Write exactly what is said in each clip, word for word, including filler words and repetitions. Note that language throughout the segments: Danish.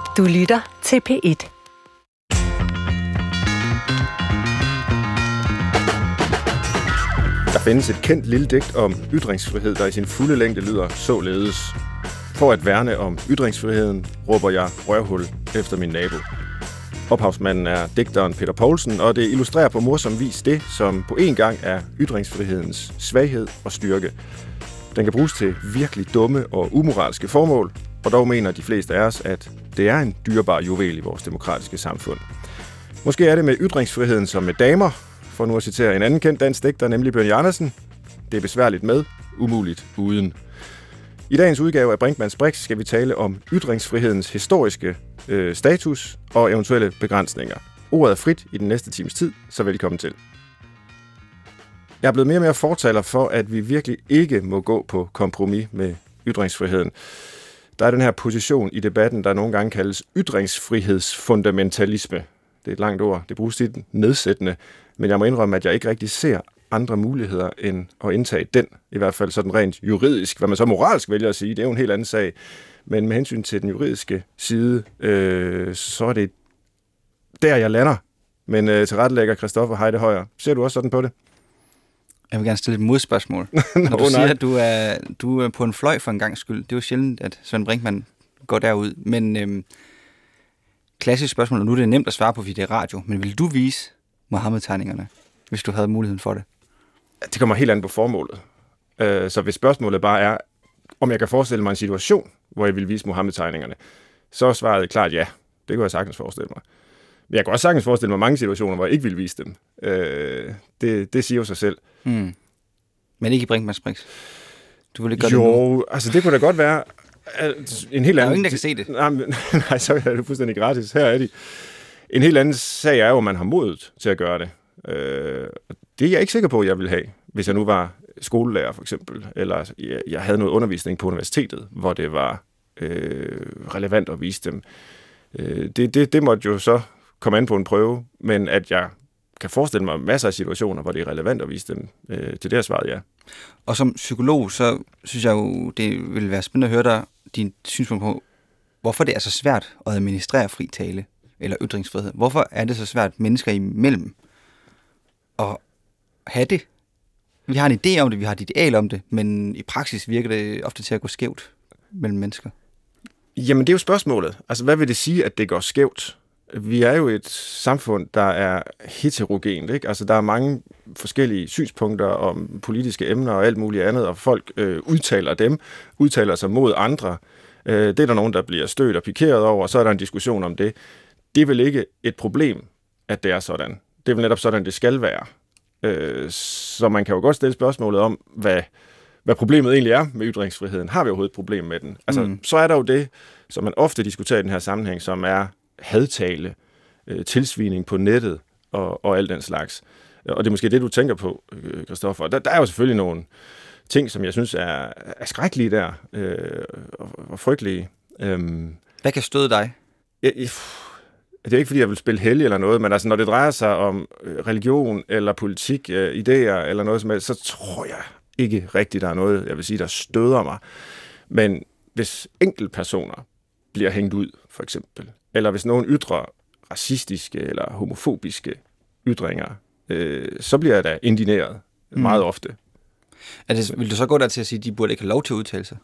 Du lytter til P et. Der findes et kendt lille digt om ytringsfrihed, der i sin fulde længde lyder således. For at værne om ytringsfriheden, råber jeg røvhul efter min nabo. Ophavsmanden er digteren Peter Poulsen, og det illustrerer på morsom vis det, som på en gang er ytringsfrihedens svaghed og styrke. Den kan bruges til virkelig dumme og umoralske formål, og dog mener de fleste af os, at det er en dyrebar juvel i vores demokratiske samfund. Måske er det med ytringsfriheden som med damer, for nu at citere en anden kendt dansk digter, nemlig Bjørn Andersen. Det er besværligt med, umuligt uden. I dagens udgave af Brinkmanns Brix skal vi tale om ytringsfrihedens historiske øh, status og eventuelle begrænsninger. Ordet er frit i den næste times tid, så velkommen til. Jeg er blevet mere og mere fortaler for, at vi virkelig ikke må gå på kompromis med ytringsfriheden. Der er den her position i debatten, der nogle gange kaldes ytringsfrihedsfundamentalisme. Det er et langt ord, det bruges tit nedsættende, men jeg må indrømme, at jeg ikke rigtig ser andre muligheder end at indtage den, i hvert fald sådan rent juridisk. Hvad man så moralsk vælger at sige, det er jo en helt anden sag. Men med hensyn til den juridiske side, øh, så er det der, jeg lander. Men øh, tilrettelægger Christoffer Heide Højer, ser du også sådan på det? Jeg vil gerne stille et modspørgsmål. Nå, Når du nej. siger, at du er, du er på en fløj for en gang skyld, det er jo sjældent, at Svend Brinkmann går derud. Men øhm, klassisk spørgsmål, og nu er det nemt at svare på, fordi det er radio, men vil du vise Mohammed-tegningerne, hvis du havde muligheden for det? Det kommer helt an på formålet. Så hvis spørgsmålet bare er, om jeg kan forestille mig en situation, hvor jeg vil vise Mohammed-tegningerne, så er svaret klart ja. Det kan jeg sagtens forestille mig. Men jeg kan også sagtens forestille mig mange situationer, hvor jeg ikke vil vise dem. Det, det siger jo sig selv. Mm. Men ikke i Brinkmanns Brix? Du vil ikke gøre jo, det nu? Altså det kunne da godt være en helt anden... Der er jo ingen, der kan se det. Nej, men, nej, så er det fuldstændig gratis. Her er de. En helt anden sag er jo, at man har modet til at gøre det. Det er jeg ikke sikker på, at jeg ville have, hvis jeg nu var skolelærer for eksempel, eller jeg havde noget undervisning på universitetet, hvor det var øh, relevant at vise dem. Det, det, det måtte jo så komme an på en prøve, men at jeg kan forestille mig masser af situationer, hvor det er relevant at vise dem. Øh, til det her svaret, ja. Og som psykolog, så synes jeg jo, det vil være spændende at høre dig din synspunkt på, hvorfor det er så svært at administrere fri tale eller ytringsfrihed. Hvorfor er det så svært mennesker imellem at have det? Vi har en idé om det, vi har et ideal om det, men i praksis virker det ofte til at gå skævt mellem mennesker. Jamen, det er jo spørgsmålet. Altså, hvad vil det sige, at det går skævt? Vi er jo et samfund, der er heterogent, ikke? Altså, der er mange forskellige synspunkter om politiske emner og alt muligt andet, og folk øh, udtaler dem, udtaler sig mod andre. Øh, det er der nogen, der bliver stødt og pikeret over, og så er der en diskussion om det. Det er vel ikke et problem, at det er sådan. Det er vel netop sådan, det skal være. Øh, så man kan jo godt stille spørgsmålet om, hvad, hvad problemet egentlig er med ytringsfriheden. Har vi overhovedet et problem med den? Altså, mm. så er der jo det, som man ofte diskuterer i den her sammenhæng, som er hadtale, øh, tilsvining på nettet og, og alt den slags. Og det er måske det, du tænker på, Christoffer. Der, der er jo selvfølgelig nogle ting, som jeg synes er, er skrækkelige der, øh, og, og frygtelige. Øhm, Hvad kan støde dig? Jeg, jeg, det er ikke, fordi jeg vil spille hellig eller noget, men altså, når det drejer sig om religion eller politik, øh, idéer eller noget som helst, så tror jeg ikke rigtigt, der er noget, jeg vil sige, der støder mig. Men hvis enkeltpersoner bliver hængt ud, for eksempel, eller hvis nogen ytrer racistiske eller homofobiske ytringer, øh, så bliver jeg da indigneret mm. meget ofte. Er det, vil du så gå der til at sige, at de burde ikke have lov til at udtale sig?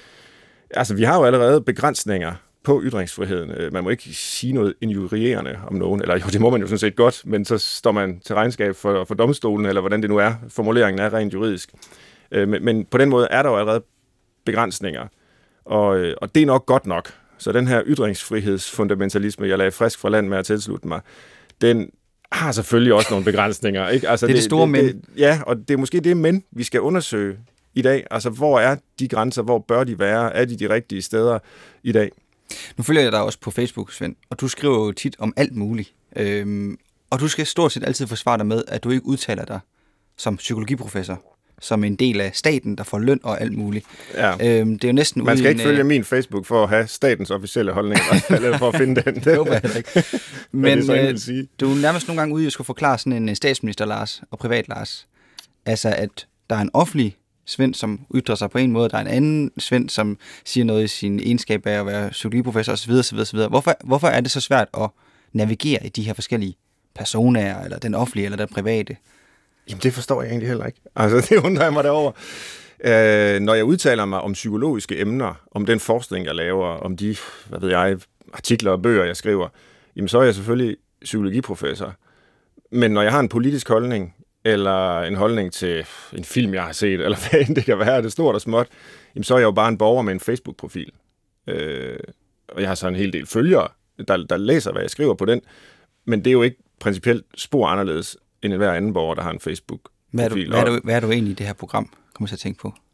Altså, vi har jo allerede begrænsninger på ytringsfriheden. Man må ikke sige noget injurierende om nogen, eller jo, det må man jo sådan set godt, men så står man til regnskab for, for domstolen, eller hvordan det nu er. Formuleringen er rent juridisk. Men, men på den måde er der jo allerede begrænsninger, og, og det er nok godt nok. Så den her ytringsfrihedsfundamentalisme, jeg lagde frisk fra land med at tilslutte mig, den har selvfølgelig også nogle begrænsninger. Ikke? Altså, det er det, det store men. Det, ja, og det er måske det men, vi skal undersøge i dag. Altså, hvor er de grænser? Hvor bør de være? Er de de rigtige steder i dag? Nu følger jeg dig også på Facebook, Svend, og du skriver jo tit om alt muligt. Øhm, og du skal stort set altid forsvare dig med, at du ikke udtaler dig som psykologiprofessor, som en del af staten, der får løn og alt muligt. Ja. Øhm, det er jo næsten Man skal en, ikke følge min Facebook for at have statens officielle holdning, eller for at finde den. Det håber jeg ikke. Men øh, sige. Du er nærmest nogle gange ude i at skulle forklare sådan en statsminister Lars og privat Lars. Altså, at der er en offentlig Svend, som ytrer sig på en måde, der er en anden Svend, som siger noget i sin egenskab af at være psykologiprofessor osv. osv., osv. Hvorfor, hvorfor er det så svært at navigere i de her forskellige personer, eller den offentlige, eller den private? Jamen, det forstår jeg egentlig heller ikke. Altså, det undrer jeg mig derover. Øh, når jeg udtaler mig om psykologiske emner, om den forskning, jeg laver, om de, hvad ved jeg, artikler og bøger, jeg skriver, jamen, så er jeg selvfølgelig psykologiprofessor. Men når jeg har en politisk holdning, eller en holdning til en film, jeg har set, eller hvad end det kan være, det er stort og småt, jamen, så er jeg jo bare en borger med en Facebook-profil. Øh, og jeg har så en hel del følgere, der, der læser, hvad jeg skriver på den. Men det er jo ikke principielt spor anderledes, end hver anden borger, der har en Facebook-profil. Hvad er du, hvad er du, hvad er du egentlig i det her program, kommer jeg til at tænke på?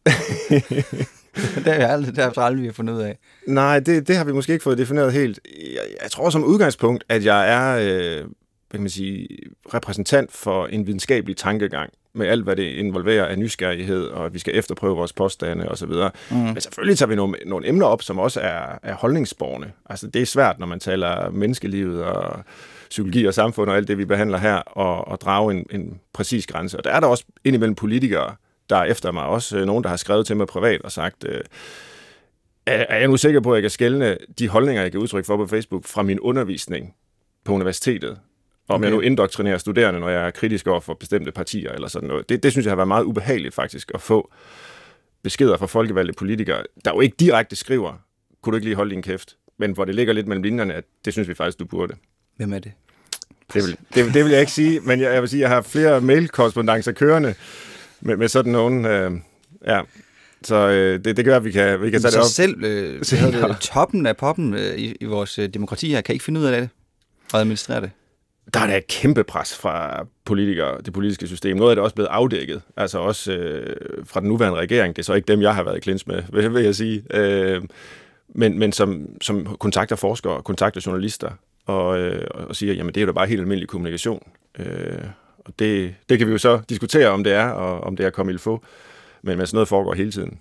det har jeg aldrig, det har jeg aldrig vi har fundet ud af. Nej, det, det har vi måske ikke fået defineret helt. Jeg, jeg tror som udgangspunkt, at jeg er øh, hvad kan man sige, repræsentant for en videnskabelig tankegang, med alt, hvad det involverer af nysgerrighed, og at vi skal efterprøve vores påstande osv. Mm. Men selvfølgelig tager vi nogle, nogle emner op, som også er, er holdningsborne. Altså, det er svært, når man taler menneskelivet og psykologi og samfund og alt det, vi behandler her, og, og drage en, en præcis grænse. Og der er der også indimellem politikere, der er efter mig, også nogen, der har skrevet til mig privat og sagt, øh, er, er jeg nu sikker på, at jeg kan skelne de holdninger, jeg kan udtrykke for på Facebook, fra min undervisning på universitetet? Om okay. Jeg nu indoktrinerer studerende, når jeg er kritisk over for bestemte partier eller sådan noget. Det, det synes jeg har været meget ubehageligt faktisk, at få beskeder fra folkevalgte politikere, der jo ikke direkte skriver, kunne du ikke lige holde din kæft, men hvor det ligger lidt mellem linjerne, at det synes vi faktisk, du burde. Hvem er det? Det vil, det, det vil jeg ikke sige, men jeg, jeg vil sige, at jeg har flere mail-korrespondancer kørende med, med sådan nogen. Øh, ja. Så øh, det, det gør, at vi kan, vi kan tage det op. Så selv øh, det, toppen af poppen øh, i, i vores øh, demokrati her, kan ikke finde ud af det og administrere det? Der er da et kæmpe pres fra politikere, det politiske system. Noget af det er også blevet afdækket, altså også øh, fra den nuværende regering. Det er så ikke dem, jeg har været i klins med, vil, vil jeg sige. Øh, men men som, som kontakter forskere, kontakter journalister, og, øh, og siger, jamen det er jo da bare helt almindelig kommunikation. Øh, og det, det kan vi jo så diskutere, om det er, og om det er kommet il få. Men, men sådan noget foregår hele tiden.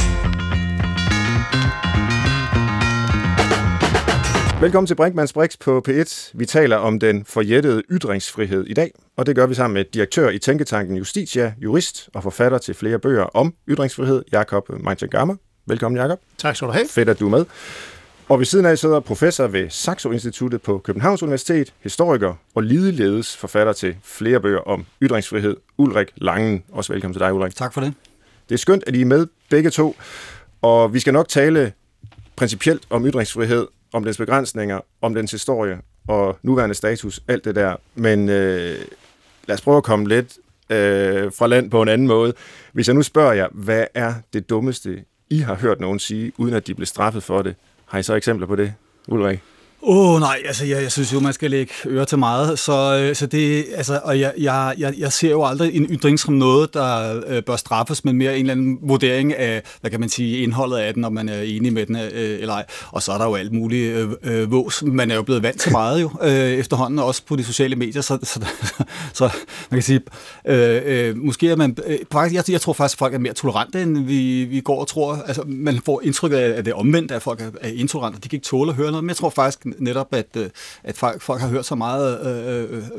Velkommen til Brinkmanns Brix på P et. Vi taler om den forjættede ytringsfrihed i dag, og det gør vi sammen med direktør i Tænketanken Justitia, jurist og forfatter til flere bøger om ytringsfrihed, Jakob Meinchengammer. Velkommen, Jakob. Tak skal du have. Fedt, at du er med. Og ved siden af sidder professor ved Saxo Instituttet på Københavns Universitet, historiker og ligeledes forfatter til flere bøger om ytringsfrihed, Ulrik Langen. Også velkommen til dig, Ulrik. Tak for det. Det er skønt, at I er med begge to, og vi skal nok tale principielt om ytringsfrihed, om dens begrænsninger, om dens historie og nuværende status, alt det der. Men øh, lad os prøve at komme lidt øh, fra land på en anden måde. Hvis jeg nu spørger jer, hvad er det dummeste, I har hørt nogen sige, uden at de blev straffet for det? Har I så eksempler på det, Ulrik? Åh oh, nej, altså jeg, jeg synes jo, man skal lægge øre til meget, så, så det, altså, og jeg, jeg, jeg, jeg ser jo aldrig en ytring som noget, der øh, bør straffes, men mere en eller anden vurdering af, hvad kan man sige, indholdet af den, om man er enig med den øh, eller ej. Og så er der jo alt muligt øh, øh, vås. Man er jo blevet vant til meget jo, øh, efterhånden, også på de sociale medier, så, så, så man kan sige, øh, øh, måske er man, øh, faktisk, jeg, jeg tror faktisk, at folk er mere tolerante, end vi, vi går og tror. Altså, man får indtrykket af, at det er omvendt, at folk er, er intolerante, de kan ikke tåle at høre noget, men jeg tror faktisk netop, at, at folk, folk har hørt så meget øh, øh,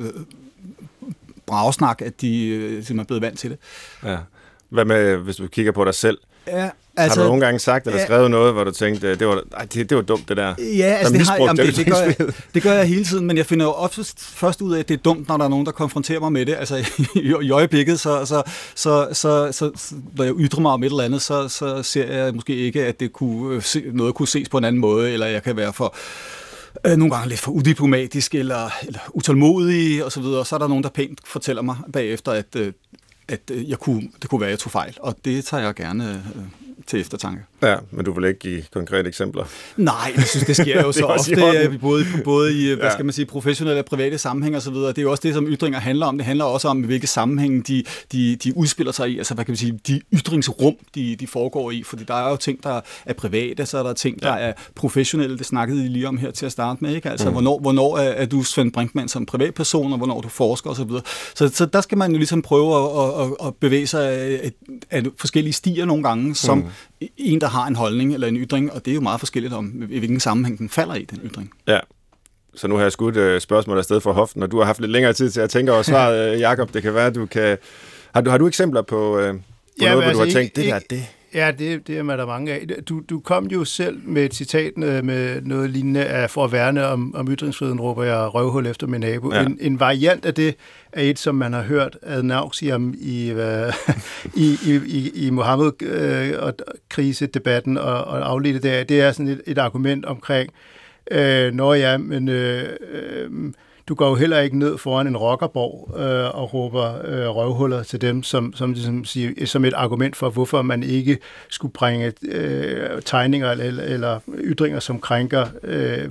bragesnak, at de øh, simpelthen er blevet vant til det. Ja. Hvad med, hvis du kigger på dig selv? Ja, altså, har du nogle gange sagt eller ja, skrevet noget, hvor du tænkte, det var, ej, det, det var dumt, det der? Ja, altså det, har, jamen, det, det, gør jeg, det gør jeg hele tiden, men jeg finder jo oftest først ud af, at det er dumt, når der er nogen, der konfronterer mig med det. Altså i, i øjeblikket, så, så, så, så, så, så når jeg ytrer mig om et eller andet, så, så ser jeg måske ikke, at det kunne, noget kunne ses på en anden måde, eller jeg kan være for nogle gange lidt for udiplomatisk eller, eller utålmodig og så videre. Så er der nogen, der pænt fortæller mig bagefter, at, at jeg kunne, det kunne være, at jeg tog fejl. Og det tager jeg gerne øh, til eftertanke. Ja, men du vil ikke give konkrete eksempler? Nej, jeg synes, det sker jo så ofte, både, både i hvad skal man sige, professionelle og private sammenhæng og så videre. Det er jo også det, som ytringer handler om. Det handler også om, hvilke sammenhæng de, de, de udspiller sig i. Altså, hvad kan man sige, de ytringsrum, de, de foregår i. Fordi der er jo ting, der er private, så er der ting, der er professionelle. Det snakkede I lige om her til at starte med, ikke? Altså, mm. hvornår, hvornår er, er du Svend Brinkmann som privatperson, og hvornår du forsker og så videre. Så, så der skal man jo ligesom prøve at, at, at bevæge sig af, af forskellige stier nogle gange, som mm. en, der har en holdning eller en ytring, og det er jo meget forskelligt om, i hvilken sammenhæng den falder i, den ytring. Ja, så nu har jeg skudt uh, spørgsmål afsted fra hoften, og du har haft lidt længere tid til at tænke over svaret, Jakob. Det kan være, at du kan... Har du, har du eksempler på, uh, på ja, noget, hvor altså, du har tænkt, det der, det... Ja, det, det er der mange af. Du, du kom jo selv med et citat med noget lignende af, for at værne om, om ytringsfriheden, råber jeg røvhul efter min nabo. Ja. En, en variant af det er et, som man har hørt ad nauseam i, uh, i, i, i, i Mohammed-krisedebatten uh, og, og afledte der. Det er sådan et, et argument omkring, uh, når ja, men... Uh, uh, Du går jo heller ikke ned foran en rockerborg øh, og råber øh, røvhuller til dem, som, som, som, siger, som et argument for, hvorfor man ikke skulle bringe øh, tegninger eller, eller ytringer, som krænker øh,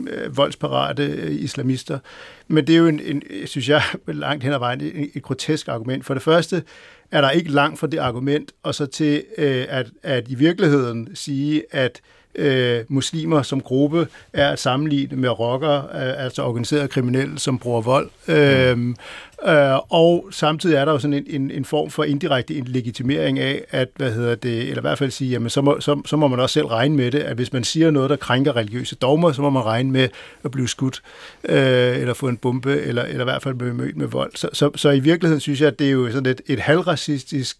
voldsparate islamister. Men det er jo, en, en, synes jeg, langt hen ad vejen et, et grotesk argument. For det første er der ikke langt fra det argument, og så til øh, at, at i virkeligheden sige, at Øh, muslimer som gruppe er at sammenligne med rockere, øh, altså organiserede kriminelle, som bruger vold. Øh, øh, og samtidig er der jo sådan en, en, en form for indirekte en legitimering af, at, hvad hedder det, eller i hvert fald sige, jamen så må, så, så må man også selv regne med det, at hvis man siger noget, der krænker religiøse dogmer, så må man regne med at blive skudt, øh, eller få en bombe, eller, eller i hvert fald blive mødt med vold. Så, så, så i virkeligheden synes jeg, at det er jo sådan et, et halvracistisk,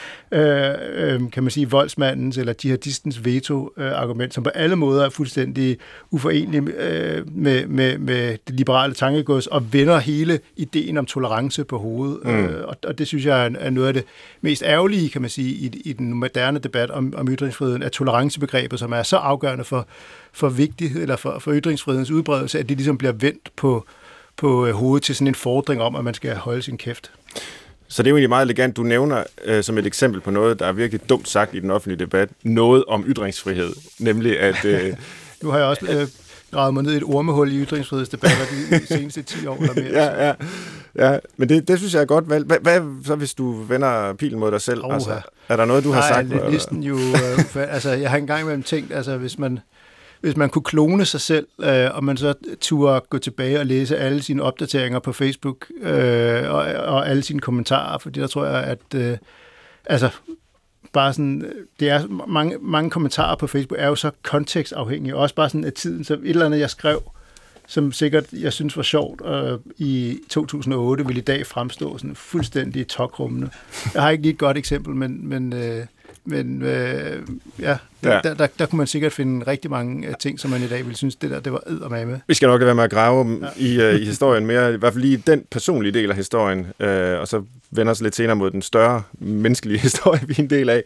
øh, øh, kan man sige, voldsmandens eller jihadistens veto-argument, som på alle måder er fuldstændig uforenelig øh, med, med, med det liberale tankegods, og vender hele ideen om tolerance på hovedet. Mm. Øh, og, og det synes jeg er, er noget af det mest ærgerlige, kan man sige, i, i den moderne debat om, om ytringsfriheden, at tolerancebegrebet, som er så afgørende for, for vigtighed, eller for, for ytringsfrihedens udbredelse, at det ligesom bliver vendt på, på hovedet til sådan en fordring om, at man skal holde sin kæft. Så det er jo egentlig meget elegant. Du nævner øh, som et eksempel på noget, der er virkelig dumt sagt i den offentlige debat, noget om ytringsfrihed, nemlig at... Øh, nu har jeg også øh, gravet mig ned i et ormehul i ytringsfrihedsdebatter de, de seneste ti år eller mere. ja, ja, ja, men det, det synes jeg er godt valgt. Hvad, hvad så, hvis du vender pilen mod dig selv? Oh, altså, er der noget, du har Nej, sagt? Nej, listen jo... Øh, altså, jeg har engang imellem tænkt, altså, hvis man... Hvis man kunne klone sig selv, øh, og man så turde gå tilbage og læse alle sine opdateringer på Facebook øh, og, og alle sine kommentarer, fordi der tror jeg, at øh, altså bare sådan, det er mange, mange kommentarer på Facebook er jo så kontekstafhængige, også bare sådan af tiden, så et eller andet, jeg skrev, som sikkert jeg synes var sjovt øh, i to tusind og otte, vil i dag fremstå sådan fuldstændig tokrummende. Jeg har ikke lige et godt eksempel, men... men øh, Men øh, ja, der, ja. Der, der, der kunne man sikkert finde rigtig mange ting, som man i dag ville synes, det der, det var eddermame med. Vi skal nok være med at grave ja. i, uh, i historien mere, i hvert fald lige den personlige del af historien, uh, og så vender os lidt senere mod den større menneskelige historie, vi er en del af.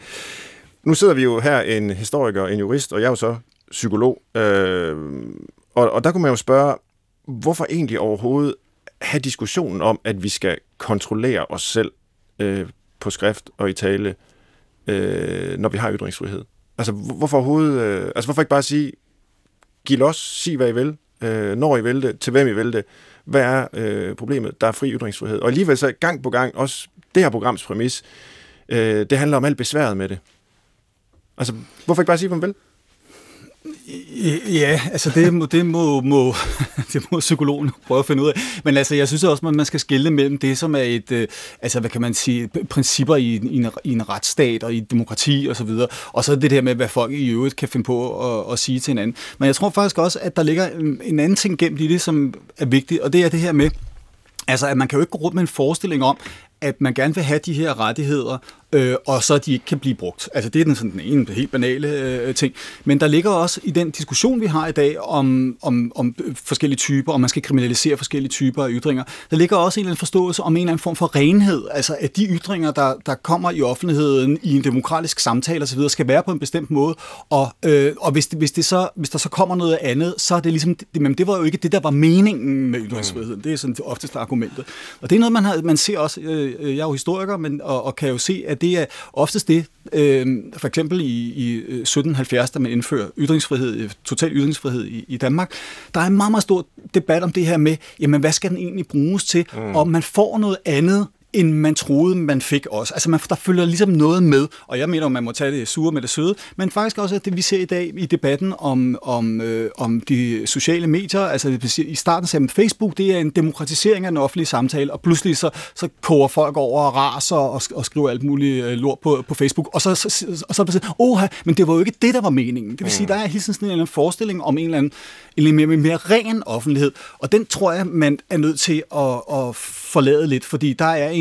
Nu sidder vi jo her, en historiker, en jurist, og jeg er jo så psykolog, uh, og, og der kunne man jo spørge, hvorfor egentlig overhovedet have diskussionen om, at vi skal kontrollere os selv uh, på skrift og i tale, Øh, når vi har ytringsfrihed. Altså, hvorfor overhovedet... Øh, altså, hvorfor ikke bare sige, giv los, sig hvad I vil, øh, når I vil det, til hvem I vil det, hvad er øh, problemet? Der er fri ytringsfrihed. Og alligevel så gang på gang, også det her programs præmis, øh, det handler om alt besværet med det. Altså, hvorfor ikke bare sige, hvad man vil? Ja, altså det må, det må, må, det må psykologen prøve at finde ud af. Men altså, jeg synes også, at man skal skelne mellem det, som er et, øh, altså hvad kan man sige, principper i, i, en, i en retsstat og i demokrati og så videre, og så det der med, hvad folk i øvrigt kan finde på at, at sige til hinanden. Men jeg tror faktisk også, at der ligger en anden ting gemt i det, som er vigtigt, og det er det her med, altså at man kan jo ikke gå rundt med en forestilling om, at man gerne vil have de her rettigheder, øh, og så de ikke kan blive brugt. Altså det er den, sådan, den ene helt banale øh, ting. Men der ligger også i den diskussion, vi har i dag om, om, om forskellige typer, om man skal kriminalisere forskellige typer af ytringer, der ligger også en eller anden forståelse om en eller anden form for renhed. Altså at de ytringer, der, der kommer i offentligheden i en demokratisk samtale osv., skal være på en bestemt måde. Og, øh, og hvis, det, hvis, det så, hvis der så kommer noget andet, så er det ligesom, det, men det var jo ikke det, der var meningen med ytringsfriheden. Det er sådan det ofteste argumentet. Og det er noget, man, har, man ser også, øh, jeg er jo historiker, men, og, og kan jo se, at det er oftest det, øh, for eksempel i, i sytten halvfjerds, da man indfører ytringsfrihed, total ytringsfrihed i, i Danmark, der er en meget, meget stor debat om det her med, jamen hvad skal den egentlig bruges til, mm. og man får noget andet, end man troede, man fik også. Altså, man, der følger ligesom noget med, og jeg mener, at man må tage det sure med det søde, men faktisk også, at det vi ser i dag i debatten om, om, øh, om de sociale medier, altså i starten sagde man, Facebook, det er en demokratisering af den offentlige samtale, og pludselig så, så koger folk over og raser og, og skriver alt muligt øh, lort på, på Facebook, og så, så, og så, så åh, men det var jo ikke det, der var meningen. Det vil sige, der er hele sådan en eller anden forestilling om en eller anden en mere, mere ren offentlighed, og den tror jeg, man er nødt til at, at forlade lidt, fordi der er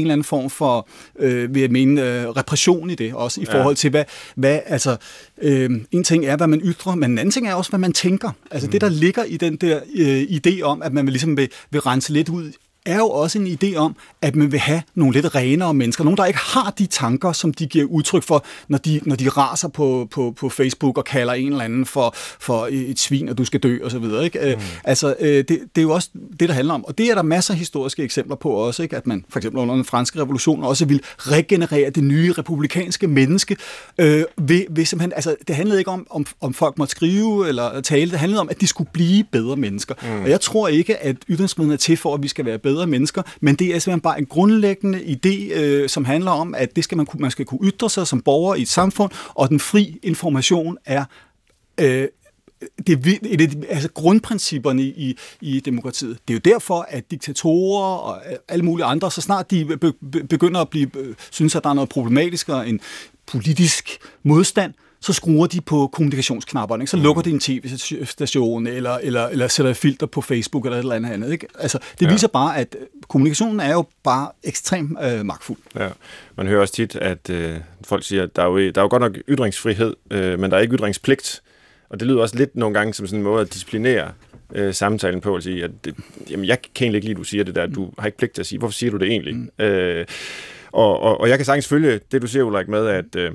en eller anden form for, øh, vil jeg mene, øh, repression i det, også i forhold til, hvad, hvad altså, øh, en ting er, hvad man ytrer, men en anden ting er også, hvad man tænker. Altså mm. det, der ligger i den der øh, idé om, at man vil, ligesom vil, vil rense lidt ud, er jo også en idé om, at man vil have nogle lidt renere mennesker. Nogle, der ikke har de tanker, som de giver udtryk for, når de, når de raser på, på, på Facebook og kalder en eller anden for, for et svin, og du skal dø, og så videre. Ikke? Mm. Altså, det, det er jo også det, der handler om. Og det er der masser af historiske eksempler på også, ikke? At man for eksempel under den franske revolution også vil regenerere det nye republikanske menneske. Øh, ved, ved simpelthen, altså, det handlede ikke om, om, om folk måtte skrive eller tale. Det handlede om, at de skulle blive bedre mennesker. Mm. Og jeg tror ikke, at ytringsfriheden er til for, at vi skal være bedre bedre mennesker, men det er simpelthen bare en grundlæggende idé, øh, som handler om, at det skal man, man skal kunne ytre sig som borger i et samfund, og den fri information er øh, det er det, altså grundprincipperne i, i demokratiet. Det er jo derfor, at diktatorer og alle mulige andre, så snart de be, be, begynder at blive, synes, at der er noget problematisk end politisk modstand, så skruer de på kommunikationsknapperne, ikke? Så lukker de en tv-station, eller, eller, eller sætter et filter på Facebook, eller et eller andet andet. Ikke? Altså, det viser ja. bare, at kommunikationen er jo bare ekstremt øh, magtfuld. Ja. Man hører også tit, at øh, folk siger, at der er, jo, der er jo godt nok ytringsfrihed, øh, men der er ikke ytringspligt. Og det lyder også lidt nogle gange som sådan en måde at disciplinere øh, samtalen på, at sige, at det, jamen, jeg kan egentlig ikke lide, at du siger det der, du har ikke pligt til at sige, hvorfor siger du det egentlig? Mm. Øh, og, og, og jeg kan sagtens følge det, du siger, Ulrik, med, at øh,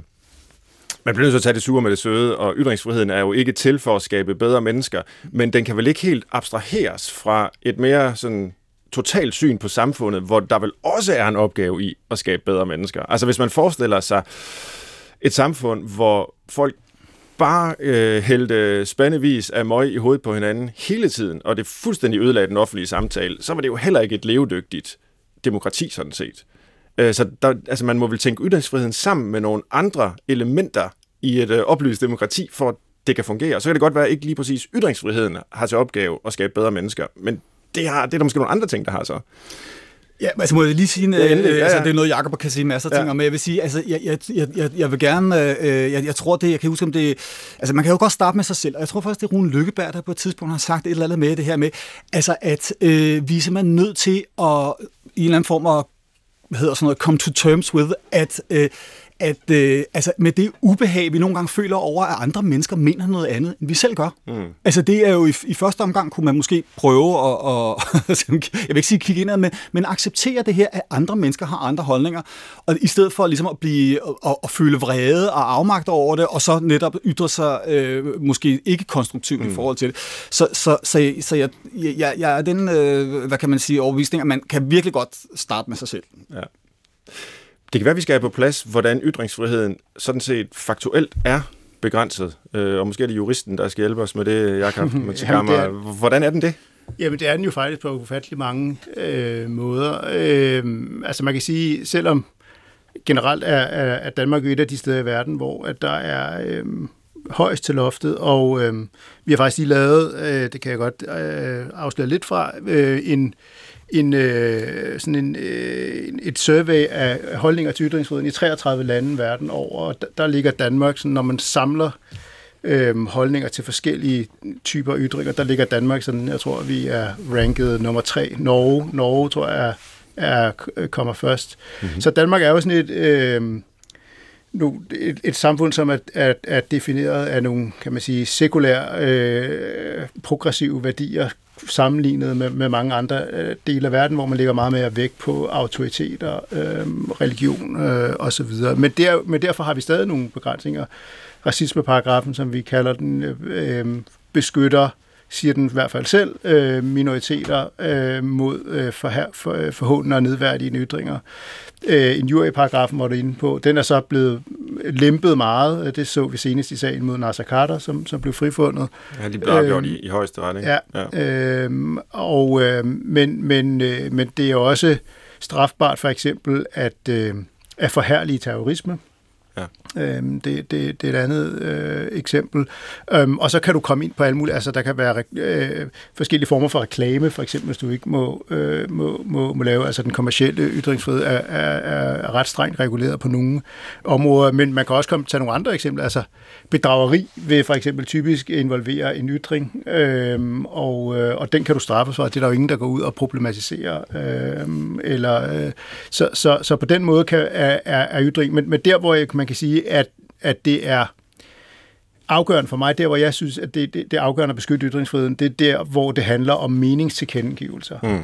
man bliver nødt til at tage det sure med det søde, og ytringsfriheden er jo ikke til for at skabe bedre mennesker, men den kan vel ikke helt abstraheres fra et mere sådan totalt syn på samfundet, hvor der vel også er en opgave i at skabe bedre mennesker. Altså hvis man forestiller sig et samfund, hvor folk bare øh, hældte spandevis af møg i hovedet på hinanden hele tiden, og det fuldstændig ødelagde den offentlige samtale, så var det jo heller ikke et levedygtigt demokrati sådan set. Så der, altså man må vel tænke ytringsfriheden sammen med nogle andre elementer i et øh, oplyst demokrati, for at det kan fungere. Så kan det godt være, at ikke lige præcis ytringsfriheden har til opgave at skabe bedre mennesker, men det, har, det er der måske nogle andre ting, der har så. Ja, altså må jeg lige sige, ja, endelig, øh, ja, ja. altså det er noget, Jacob kan sige masser af ting ja. om, men jeg vil sige, altså jeg, jeg, jeg, jeg vil gerne, øh, jeg, jeg tror det, jeg kan huske om det, altså man kan jo godt starte med sig selv, og jeg tror faktisk, det er Rune Lykkeberg, der på et tidspunkt har sagt et eller andet med det her med, altså at øh, vi er simpelthen nødt til at i en eller anden form at hvad hedder sådan noget, come to terms with, at, øh, at øh, altså med det ubehag, vi nogle gange føler over, at andre mennesker mener noget andet, end vi selv gør. Mm. Altså det er jo i, i første omgang, kunne man måske prøve at, og, jeg vil ikke sige kigge indad, men, men acceptere det her, at andre mennesker har andre holdninger, og i stedet for ligesom at blive, og, og føle vrede og afmagt over det, og så netop ytre sig øh, måske ikke konstruktivt mm. i forhold til det. Så, så, så, så jeg, jeg, jeg er den, øh, hvad kan man sige, overbevisning, at man kan virkelig godt starte med sig selv. Ja. Det kan være, at vi skal have på plads, hvordan ytringsfriheden sådan set faktuelt er begrænset. Øh, og måske er det juristen, der skal hjælpe os med det, Jakob. Hvordan er den det? Jamen, det er den jo faktisk på ufattelig mange øh, måder. Øh, altså, man kan sige, selvom generelt er, er Danmark et af de steder i verden, hvor at der er øh, højst til loftet, og øh, vi har faktisk lige lavet, øh, det kan jeg godt øh, afsløre lidt fra, øh, en En, øh, sådan en, øh, et survey af holdninger til ytringsfriheden i treogtredive lande verden over, og der, der ligger Danmark, sådan, når man samler øh, holdninger til forskellige typer ytringer, der ligger Danmark sådan, jeg tror, vi er ranket nummer tre. Norge, Norge tror jeg, er, er, kommer først. Mm-hmm. Så Danmark er jo sådan et, øh, nu, et, et samfund, som er, er, er defineret af nogle, kan man sige, sekulære, øh, progressive værdier, sammenlignet med, med mange andre øh, dele af verden, hvor man lægger meget mere vægt på autoriteter, øh, religion øh, osv. Men, der, men derfor har vi stadig nogle begrænsninger. Racismeparagrafen, som vi kalder den, øh, beskytter, siger den i hvert fald selv, øh, minoriteter øh, mod øh, forher, for, forhåndende og nedværdigende ytringer. Øh, injurieparagrafen, hvor du er inde på, den er så blevet lempet meget. Det så vi senest i sagen mod Naser Khader, som, som blev frifundet. Ja, de blev afgjort øh, i, i højeste ret, ikke? Ja, ja. Øh, og, øh, men, men, øh, men det er også strafbart for eksempel at, øh, at forherlige terrorisme. Ja. Øhm, det, det, det er et andet øh, eksempel. Øhm, og så kan du komme ind på alle mulige, altså der kan være øh, forskellige former for reklame, for eksempel hvis du ikke må, øh, må, må, må lave, altså den kommercielle ytringsfrihed er, er, er ret strengt reguleret på nogle områder, men man kan også komme til nogle andre eksempler, altså bedrageri vil for eksempel typisk involvere en ytring, øh, og, øh, og den kan du straffes for, det er der jo ingen, der går ud og problematiserer, øh, eller, øh, så, så, så på den måde kan, er, er, er ytring, men, men der hvor jeg, man kan sige, at, at det er afgørende for mig, der hvor jeg synes, at det, det, det er afgørende at beskytte ytringsfriheden, det er der, hvor det handler om meningstilkendegivelser. Mm.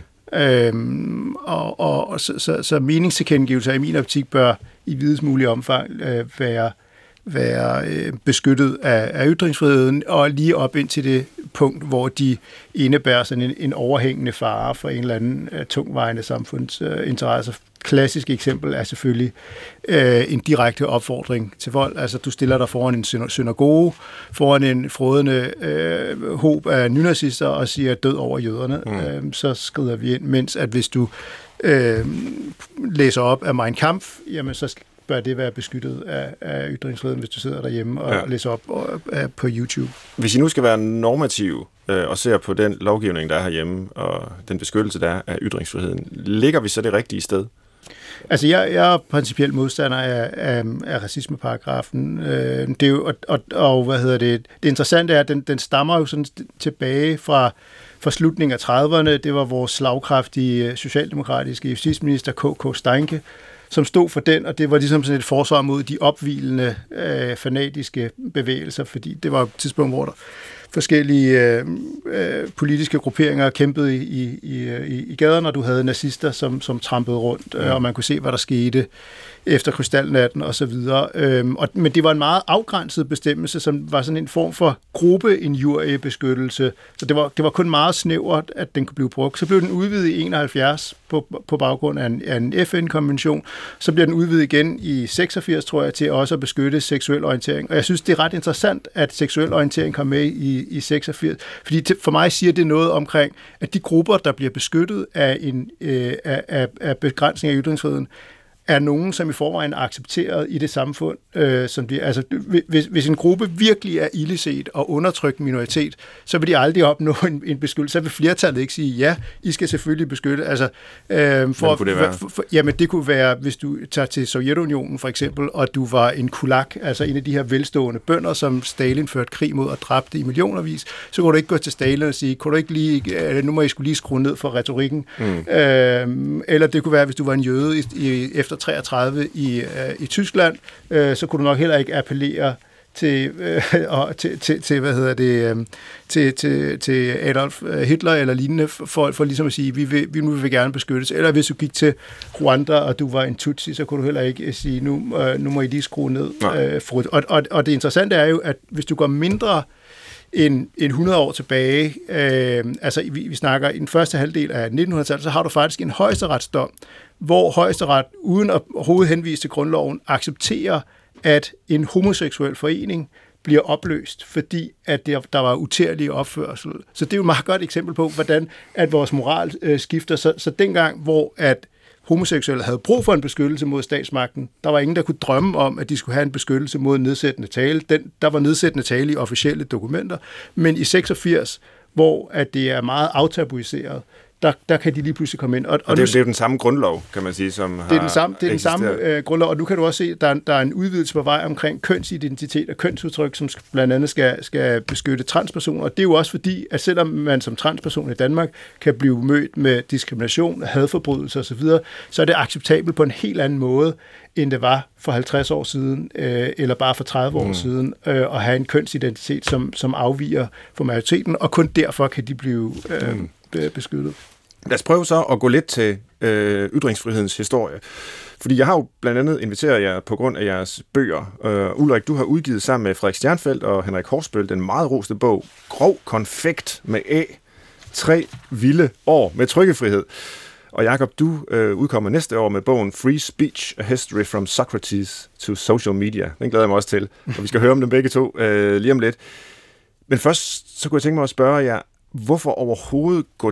Øhm, og og, og så, så, så meningstilkendegivelser i min optik bør i videst mulig omfang øh, være, være øh, beskyttet af, af ytringsfriheden, og lige op ind til det punkt, hvor de indebærer sådan en, en overhængende fare for en eller anden uh, tungtvejende samfundsinteresse. Uh, Klassisk eksempel er selvfølgelig uh, en direkte opfordring til vold. Altså, du stiller dig foran en synagoge, foran en frådende uh, håb af nynazister og siger død over jøderne. Mm. Uh, så skrider vi ind, mens at hvis du uh, læser op af Mein Kampf, jamen så bør det være beskyttet af, af ytringsfriheden, hvis du sidder derhjemme og ja. læser op og, uh, på YouTube. Hvis I nu skal være normative øh, og ser på den lovgivning, der er herhjemme, og den beskyttelse, der er af ytringsfriheden, ligger vi så det rigtige sted? Altså, jeg, jeg er principielt modstander af, af, af racismeparagrafen. Øh, det er jo, og, og, og, hvad hedder det, det interessante er, at den, den stammer jo sådan tilbage fra, fra slutningen af trediverne. Det var vores slagkraftige socialdemokratiske justitsminister, K K Steinke, som stod for den, og det var ligesom sådan et forsvar mod de opvilende, øh, fanatiske bevægelser, fordi det var et tidspunkt, hvor der forskellige øh, øh, politiske grupperinger kæmpede i, i, i, i gaderne, og du havde nazister, som, som trampede rundt, øh, og man kunne se, hvad der skete efter krystalnatten og så videre. Øhm, og, men det var en meget afgrænset bestemmelse, som var sådan en form for gruppeinjuriebeskyttelse. Så det var, det var kun meget snævert, at den kunne blive brugt. Så blev den udvidet i enoghalvfjerds på, på baggrund af en, af en F N-konvention. Så bliver den udvidet igen i seksogfirs, tror jeg, til også at beskytte seksuel orientering. Og jeg synes, det er ret interessant, at seksuel orientering kom med i, i seksogfirs. Fordi til, for mig siger det noget omkring, at de grupper, der bliver beskyttet af, en, øh, af, af, af begrænsning af ytringsfriheden, er nogen, som i forvejen er accepteret i det samfund, øh, som de, altså, hvis, hvis en gruppe virkelig er ildeset og undertrykt minoritet, så vil de aldrig opnå en, en beskyttelse. Så vil flertallet ikke sige, ja, I skal selvfølgelig beskytte. Altså, øh, for, kunne det være? For, for, jamen, det kunne være, hvis du tager til Sovjetunionen for eksempel, og du var en kulak, altså en af de her velstående bønder, som Stalin førte krig mod og dræbte i millionervis, så kunne du ikke gå til Stalin og sige, kunne du ikke lige, nu må I skulle lige skrue ned for retorikken. Mm. Øh, eller det kunne være, hvis du var en jøde i, i, efter treogtredive i, øh, i Tyskland, øh, så kunne du nok heller ikke appellere til, øh, og til, til, til, hvad hedder det, øh, til, til, til Adolf Hitler eller lignende, for, for ligesom at sige, vi vil, vi nu vil vi gerne beskyttes. Eller hvis du gik til Rwanda, og du var en Tutsi, så kunne du heller ikke sige, nu, øh, nu må I lige skrue ned. Øh, for, og, og, og det interessante er jo, at hvis du går mindre end, end hundrede år tilbage, øh, altså vi, vi snakker i den første halvdel af nittenhundredetallet, så har du faktisk en højesteretsdom, hvor højesteret, uden at overhovedet henvise til grundloven, accepterer, at en homoseksuel forening bliver opløst, fordi at der, der var utærlig opførsel. Så det er jo et meget godt eksempel på, hvordan at vores moral øh, skifter. Så, så dengang, hvor at homoseksuelle havde brug for en beskyttelse mod statsmagten, der var ingen, der kunne drømme om, at de skulle have en beskyttelse mod nedsættende tale. Den, der var nedsættende tale i officielle dokumenter, men i seksogfirs, hvor at det er meget aftabuiseret, Der, der kan de lige pludselig komme ind. Og, og, og det, nu, det er jo den samme grundlov, kan man sige, som har Det er den samme, det er den samme øh, grundlov, og nu kan du også se, at der, der er en udvidelse på vej omkring kønsidentitet og kønsudtryk, som blandt andet skal, skal beskytte transpersoner. Og det er jo også fordi, at selvom man som transperson i Danmark kan blive mødt med diskrimination, hadforbrydelser osv., så er det acceptabelt på en helt anden måde, end det var for halvtreds år siden, øh, eller bare for tredive år mm. siden, øh, at have en kønsidentitet, som, som afviger fra majoriteten, og kun derfor kan de blive øh, mm. beskyttet. Lad os prøve så at gå lidt til øh, ytringsfrihedens historie. Fordi jeg har jo blandt andet inviteret jer på grund af jeres bøger. Uh, Ulrik, du har udgivet sammen med Frederik Stjernfeldt og Henrik Horsbøl den meget roste bog Grov konfekt med A. Tre vilde år med trykkefrihed. Og Jakob, du øh, udkommer næste år med bogen Free Speech, A History from Socrates to Social Media. Den glæder jeg mig også til, og vi skal høre om dem begge to øh, lige om lidt. Men først så kunne jeg tænke mig at spørge jer, hvorfor overhovedet gå til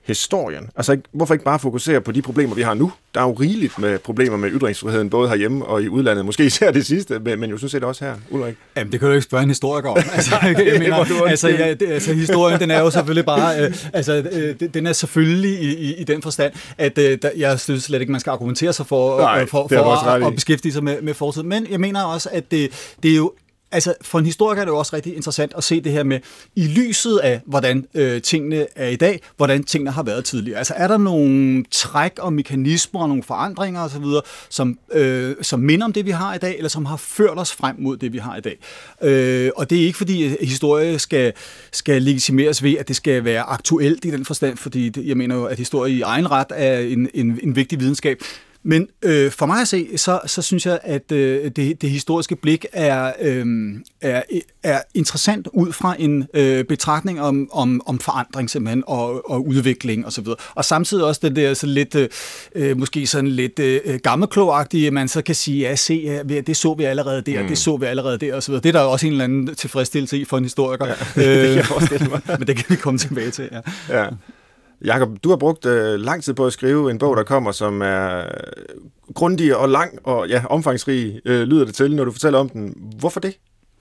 historien? Altså, ikke, hvorfor ikke bare fokusere på de problemer, vi har nu? Der er jo rigeligt med problemer med ytringsfriheden, både herhjemme og i udlandet. Måske især det sidste, men jo sådan set også her, Ulrik. Jamen, det kan du ikke spørge en historiker om. Altså, jeg mener, altså, ja, det, altså, historien, den er jo selvfølgelig bare, øh, altså, øh, den er selvfølgelig i, i, i den forstand, at øh, der, jeg synes slet ikke, man skal argumentere sig for, Nej, øh, for, for at, at beskæftige sig med, med fortiden. Men jeg mener også, at det, det er jo altså, for en historiker er det jo også rigtig interessant at se det her med, i lyset af, hvordan øh, tingene er i dag, hvordan tingene har været tidligere. Altså, er der nogle træk og mekanismer og nogle forandringer osv., som, øh, som minder om det, vi har i dag, eller som har ført os frem mod det, vi har i dag. Øh, og det er ikke, fordi historie skal, skal legitimeres ved, at det skal være aktuelt i den forstand, fordi det, jeg mener jo, at historie i egen ret er en, en, en vigtig videnskab. Men øh, for mig at se, så, så synes jeg, at øh, det, det historiske blik er, øh, er, er interessant ud fra en øh, betragtning om, om, om forandring simpelthen, og, og udvikling osv. Og, og samtidig også det der så lidt, øh, måske sådan lidt øh, gammelklogagtige, man så kan sige, ja, se, ja, det så vi allerede der, mm. det så vi allerede der osv. Det er der jo også en eller anden tilfredsstillelse i for en historiker. Ja, det kan jeg forestille mig. Men det kan vi komme tilbage til, ja. Ja. Jakob, du har brugt øh, lang tid på at skrive en bog, der kommer, som er grundig og lang og ja, omfangsrig, øh, lyder det til, når du fortæller om den. Hvorfor det?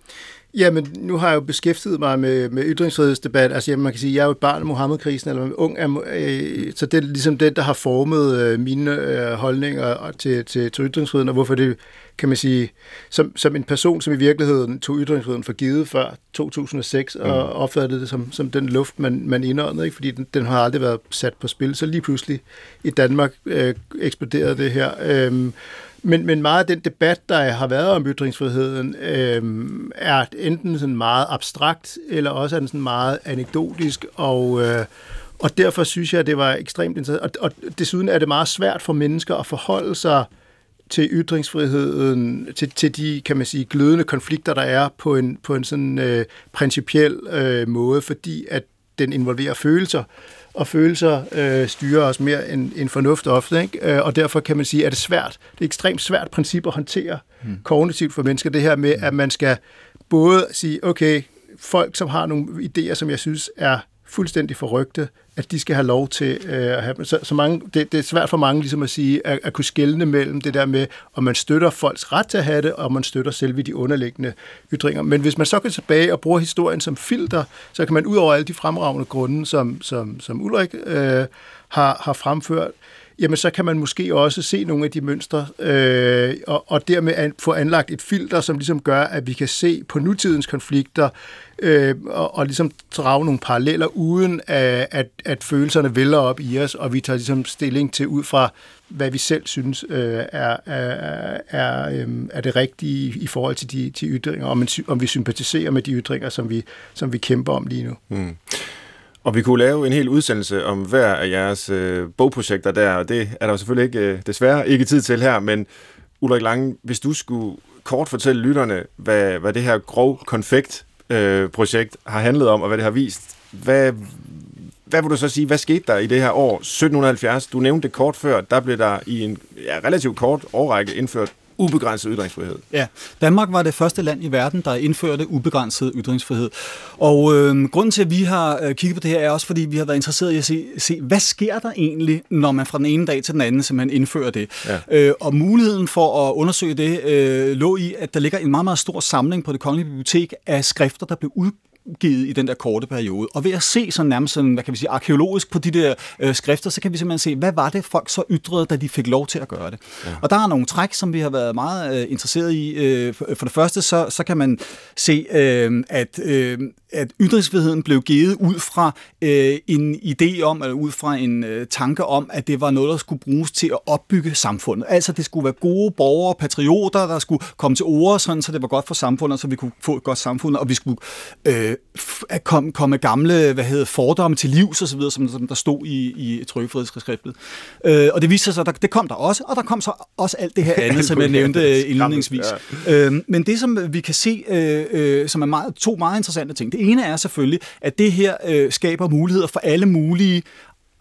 Jamen, nu har jeg jo beskæftiget mig med, med ytringsfrihedsdebat. Altså, jamen, man kan sige, at jeg er jo et barn af Muhammedkrisen, eller ung, øh, så det er ligesom det, der har formet øh, mine øh, holdninger til, til, til ytringsfriheden, og hvorfor det, kan man sige, som, som en person, som i virkeligheden tog ytringsfriheden for givet før to tusind og seks, mm. og opfattede det som, som den luft, man, man indåndede, ikke? Fordi den, den har aldrig været sat på spil. Så lige pludselig i Danmark øh, eksploderede det her. Øh, Men, men meget af den debat, der har været om ytringsfriheden, øh, er enten sådan meget abstrakt, eller også er den sådan meget anekdotisk, og, øh, og derfor synes jeg, at det var ekstremt interessant. Og, og desuden er det meget svært for mennesker at forholde sig til ytringsfriheden, til, til de, kan man sige, glødende konflikter, der er på en, på en sådan øh, principiel øh, måde, fordi at den involverer følelser. Og følelser øh, styrer os mere end, end fornuft ofte, ikke? Øh, og derfor kan man sige, at det er svært. Det er et ekstremt svært princip at håndtere hmm. kognitivt for mennesker, det her med, at man skal både sige, okay, folk, som har nogle idéer, som jeg synes er fuldstændig forrygte, at de skal have lov til øh, at have så, så mange, det, det er svært for mange ligesom at sige, at, at kunne skelne mellem det der med, om man støtter folks ret til at have det, og man støtter selve de underliggende ytringer. Men hvis man så går tilbage og bruger historien som filter, så kan man ud over alle de fremragende grunde, som, som, som Ulrik øh, har, har fremført, jamen så kan man måske også se nogle af de mønstre, øh, og, og dermed an, få anlagt et filter, som ligesom gør, at vi kan se på nutidens konflikter, øh, og, og ligesom drage nogle paralleller, uden at, at, at følelserne vælger op i os, og vi tager ligesom stilling til ud fra, hvad vi selv synes øh, er, er, er, øh, er det rigtige i forhold til de, de ytringer, om, man, om vi sympatiserer med de ytringer, som vi, som vi kæmper om lige nu. Mm. Og vi kunne lave en hel udsendelse om hver af jeres øh, bogprojekter der, og det er der jo selvfølgelig ikke, øh, desværre ikke tid til her, men Ulrik Lange, hvis du skulle kort fortælle lytterne, hvad, hvad det her grov konfekt-projekt øh, har handlet om, og hvad det har vist, hvad, hvad vil du så sige, hvad skete der i det her år sytten halvfjerds? Du nævnte det kort før, der blev der i en ja, relativt kort årrække indført ubegrænset ytringsfrihed. Ja, Danmark var det første land i verden, der indførte ubegrænset ytringsfrihed. Og øh, grunden til, at vi har øh, kigget på det her, er også, fordi vi har været interesseret i at se, se, hvad sker der egentlig, når man fra den ene dag til den anden simpelthen indfører det. Ja. Øh, og muligheden for at undersøge det øh, lå i, at der ligger en meget, meget stor samling på Det Kongelige Bibliotek af skrifter, der blev udgivet givet i den der korte periode. Og ved at se sådan nærmest sådan, hvad kan vi sige, arkeologisk på de der øh, skrifter, så kan vi simpelthen se, hvad var det, folk så ytrede, da de fik lov til at gøre det. Ja. Og der er nogle træk, som vi har været meget øh, interesseret i. Øh, for, for det første, så, så kan man se, øh, at, øh, at ytringsfriheden blev givet ud fra øh, en idé om, eller ud fra en øh, tanke om, at det var noget, der skulle bruges til at opbygge samfundet. Altså, det skulle være gode borgere, patrioter, der skulle komme til ord, sådan, så det var godt for samfundet, så vi kunne få et godt samfund, og vi skulle øh, at komme, komme gamle, hvad hedder, fordomme til livs og så videre, som, som der stod i, i trykkefrihedsreskriptet. Øh, og det viste sig, at det kom der også, og der kom så også alt det her andet, som jeg nævnte indledningsvis. Ja. Øh, men det, som vi kan se, øh, øh, som er meget, to meget interessante ting. Det ene er selvfølgelig, at det her øh, skaber muligheder for alle mulige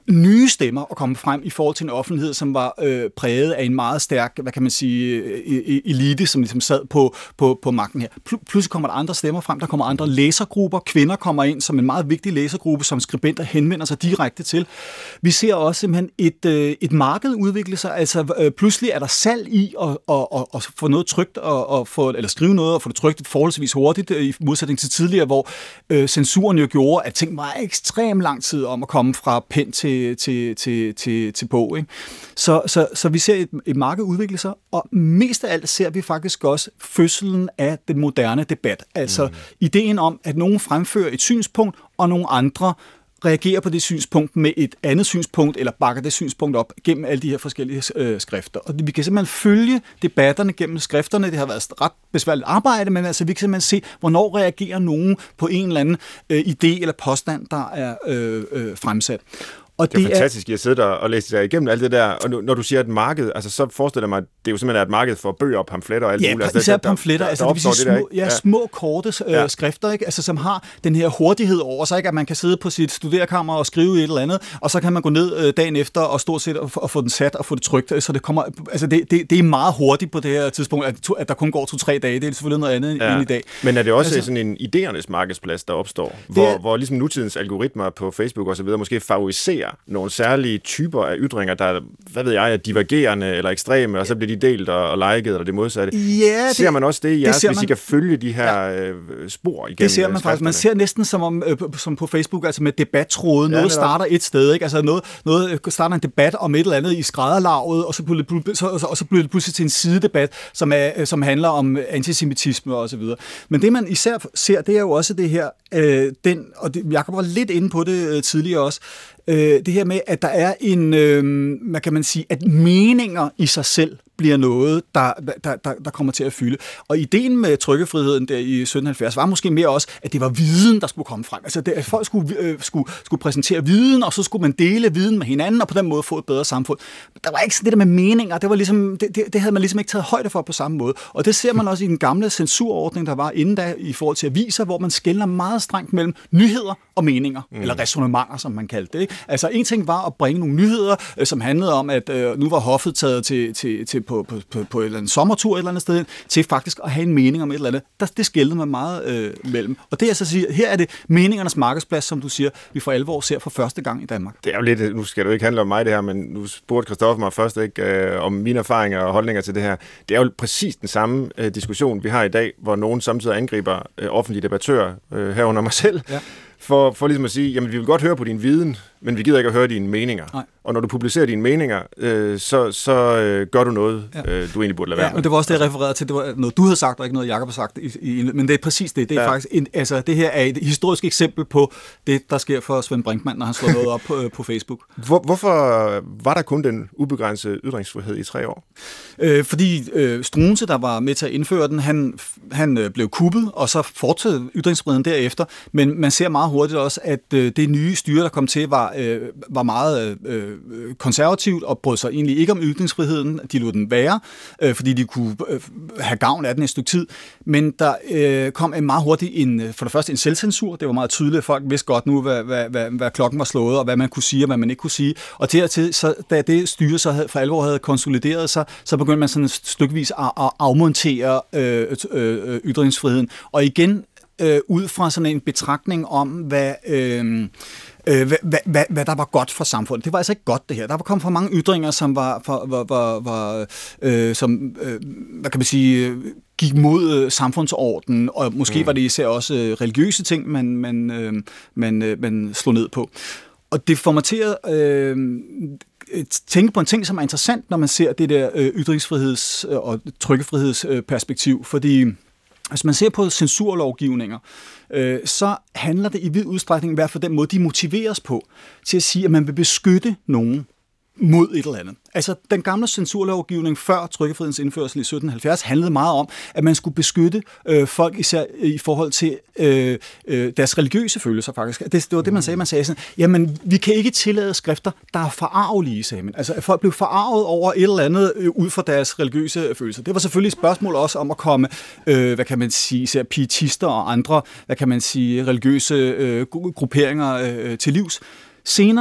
nye stemmer at komme frem i forhold til en offentlighed, som var øh, præget af en meget stærk, hvad kan man sige, elite, som ligesom sad på, på, på magten her. Pludselig kommer der andre stemmer frem, der kommer andre læsergrupper, kvinder kommer ind som en meget vigtig læsergruppe, som skribenter henvender sig direkte til. Vi ser også simpelthen et, øh, et marked udvikle sig, altså øh, pludselig er der salg i at, at, at, at få noget trykt, og, og få, eller skrive noget og få det trykt forholdsvis hurtigt, i modsætning til tidligere, hvor øh, censuren jo gjorde, at ting var ekstremt lang tid om at komme fra pen til Til, til, til, til bog. Ikke? Så, så, så vi ser et, et marked udvikle sig, og mest af alt ser vi faktisk også fødslen af den moderne debat. Altså mm. ideen om, at nogen fremfører et synspunkt, og nogle andre reagerer på det synspunkt med et andet synspunkt, eller bakker det synspunkt op gennem alle de her forskellige øh, skrifter. Og vi kan simpelthen følge debatterne gennem skrifterne. Det har været et ret besværligt arbejde, men altså, vi kan simpelthen se, hvornår reagerer nogen på en eller anden øh, idé eller påstand, der er øh, øh, fremsat. Og det er det fantastisk, at jeg sidder og læser der igennem alt det der, og når du siger et marked, altså så forestiller jeg mig, at det er jo simpelthen et marked for bøger og pamfletter og alt ja, muligt. Ja, især pamfletter, altså det vil sige små, ja, små korte øh, ja. skrifter, ikke? Altså, som har den her hurtighed over sig, ikke? At man kan sidde på sit studerekammer og skrive et eller andet, og så kan man gå ned øh, dagen efter og stort set og, og få den sat og få det trykt, så det kommer, altså det, det, det er meget hurtigt på det her tidspunkt, at, at der kun går to-tre dage, det er selvfølgelig noget andet ja. end i dag. Men er det også altså, sådan en idéernes markedsplads, der opstår, hvor, er, hvor ligesom nutidens algoritmer på Facebook og så videre måske favoriserer nogle særlige typer af ytringer, der, hvad ved jeg, er divergerende eller ekstreme, og så bliver de delt og, og liket, eller det modsatte. Ja, det, ser man også det i jeres, hvis man, I kan følge de her ja, spor igennem? Det ser man faktisk. Man ser næsten som, om, øh, som på Facebook, altså med debattråde. Ja, noget starter et sted, ikke? Altså noget, noget starter en debat om et eller andet i skrædderlaget, og så, så, og så bliver det pludselig til en sidedebat, som, er, som handler om antisemitisme og så videre. Men det, man især ser, det er jo også det her, øh, den, og det, Jacob var lidt inde på det øh, tidligere også, øh, det her med, at der er en, øh, hvad kan man sige, at meninger i sig selv bliver noget, der, der, der, der kommer til at fylde. Og ideen med trykkefriheden der i sytten halvfjerds var måske mere også, at det var viden, der skulle komme frem. Altså, det, at folk skulle, øh, skulle, skulle præsentere viden, og så skulle man dele viden med hinanden, og på den måde få et bedre samfund. Der var ikke sådan det der med meninger, det, var ligesom, det, det, det havde man ligesom ikke taget højde for på samme måde. Og det ser man også i den gamle censurordning, der var inden da i forhold til aviser, hvor man skelner meget strengt mellem nyheder og meninger, mm. eller ræsonnementer, som man kaldte det. Ikke? Altså, en ting var at bringe nogle nyheder, øh, som handlede om, at øh, nu var hoffet taget til, til, til På, på, på, på et eller andet sommertur et eller andet sted, til faktisk at have en mening om et eller andet. Der, det skældede man meget øh, mellem. Og det jeg så siger, her er det meningernes markedsplads, som du siger, vi for alvor ser for første gang i Danmark. Det er jo lidt, nu skal det jo ikke handle om mig det her, men nu spurgte Christoffer mig først ikke øh, om mine erfaringer og holdninger til det her. Det er jo præcis den samme øh, diskussion, vi har i dag, hvor nogen samtidig angriber øh, offentlige debattører, øh, herunder mig selv, ja. For, for ligesom at sige, jamen vi vil godt høre på din viden, men vi gider ikke at høre dine meninger. Nej. Og når du publicerer dine meninger, øh, så, så øh, gør du noget, ja. øh, du egentlig burde lade være ja, med. Og det var også det, jeg refererede til. Det var noget, du havde sagt, og ikke noget, Jacob har sagt. I, i, men det er præcis det. Det er ja. faktisk en, altså, det her er et historisk eksempel på det, der sker for Svend Brinkmann, når han slår noget op på, på Facebook. Hvor, hvorfor var der kun den ubegrænsede ytringsfrihed i tre år? Øh, fordi øh, Struensee, der var med til at indføre den, han, han øh, blev kuppet, og så fortsatte ytringsfriheden derefter. Men man ser meget hurtigt også, at øh, det nye styre, der kom til, var, øh, var meget øh, konservativt og brød sig egentlig ikke om ytringsfriheden. De lod den være, øh, fordi de kunne øh, have gavn af den et stykke tid. Men der øh, kom en meget hurtigt en, for det første en selvcensur. Det var meget tydeligt, at folk vidste godt nu, hvad, hvad, hvad, hvad klokken var slået, og hvad man kunne sige, og hvad man ikke kunne sige. Og dertil, så, da det styre så havde, for alvor havde konsolideret sig, så begyndte man sådan stykkevis at, at afmontere øh, øh, ytringsfriheden. Og igen, øh, ud fra sådan en betragtning om, hvad... Øh, Øh, hvad, hvad, hvad der var godt for samfundet. Det var altså ikke godt, det her. Der var kommet for mange ytringer, som var, var, var, var, var øh, som, øh, hvad kan man sige, gik mod øh, samfundsordenen, og måske mm. var det især også øh, religiøse ting, man, man, øh, man, øh, man slog ned på. Og det får mig til at øh, tænke på en ting, som er interessant, når man ser det der øh, ytringsfriheds- og trykkefrihedsperspektiv, øh, fordi hvis man ser på censurlovgivninger, øh, så handler det i vid udstrækning, i hvert fald den måde, de motiveres på, til at sige, at man vil beskytte nogen mod et eller andet. Altså, den gamle censurlovgivning før trykkefrihedens indførsel i sytten halvfjerds handlede meget om, at man skulle beskytte øh, folk især i forhold til øh, øh, deres religiøse følelser, faktisk. Det, det var det, man sagde. Man sagde sådan, jamen, vi kan ikke tillade skrifter, der er forarvelige, sagde man. Altså, at folk blev forarvet over et eller andet øh, ud fra deres religiøse følelser. Det var selvfølgelig et spørgsmål også om at komme, øh, hvad kan man sige, især pietister og andre, hvad kan man sige, religiøse øh, grupperinger øh, til livs. Senere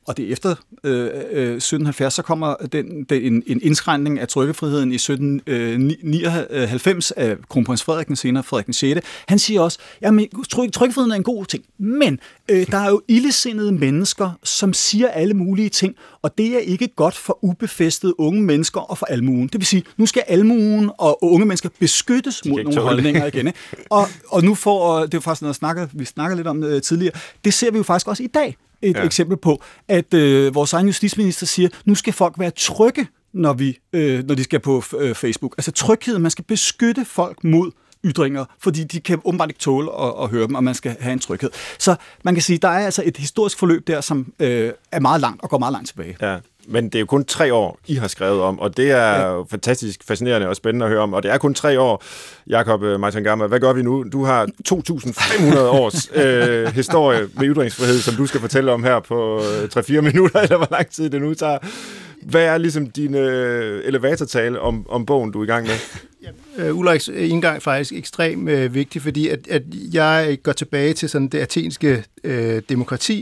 og det er efter øh, øh, sytten halvfjerds, så kommer den, den, en, en indskrænkning af trykkefriheden i sytten nioghalvfems af kronprins Frederik, den senere Frederik den sjette. Han siger også, at tryk, trykkefriheden er en god ting, men øh, der er jo illesindede mennesker, som siger alle mulige ting, og det er ikke godt for ubefæstede unge mennesker og for almuen. Det vil sige, nu skal almuen og unge mennesker beskyttes mod nogle holdninger igen. Ikke? Og, og nu får, det er faktisk noget, snakker, vi snakker lidt om det tidligere, det ser vi jo faktisk også i dag. Et ja. eksempel på, at øh, vores egen justitsminister siger, nu skal folk være trygge, når, vi, øh, når de skal på øh, Facebook. Altså tryghed, man skal beskytte folk mod ytringer, fordi de kan åbenbart ikke tåle at, at høre dem, og man skal have en tryghed. Så man kan sige, der er altså et historisk forløb der, som øh, er meget langt og går meget langt tilbage. Ja. Men det er jo kun tre år, I har skrevet om, og det er ja. fantastisk fascinerende og spændende at høre om. Og det er kun tre år, Jakob Maitangamma. Hvad gør vi nu? Du har to tusind fem hundrede års øh, historie med ytringsfrihed, som du skal fortælle om her på tre fire minutter, eller hvor lang tid det nu tager. Hvad er ligesom din øh, elevatortale om, om bogen, du er i gang med? Ja, uh, Ulriks indgang er faktisk ekstremt uh, vigtig, fordi at, at jeg går tilbage til sådan det athenske uh, demokrati,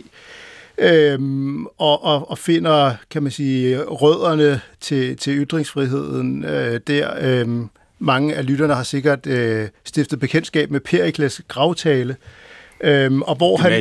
Øhm, og, og, og finder, kan man sige, rødderne til, til ytringsfriheden øh, der. Øhm, mange af lytterne har sikkert øh, stiftet bekendtskab med Perikles gravtale, øhm, og hvor han,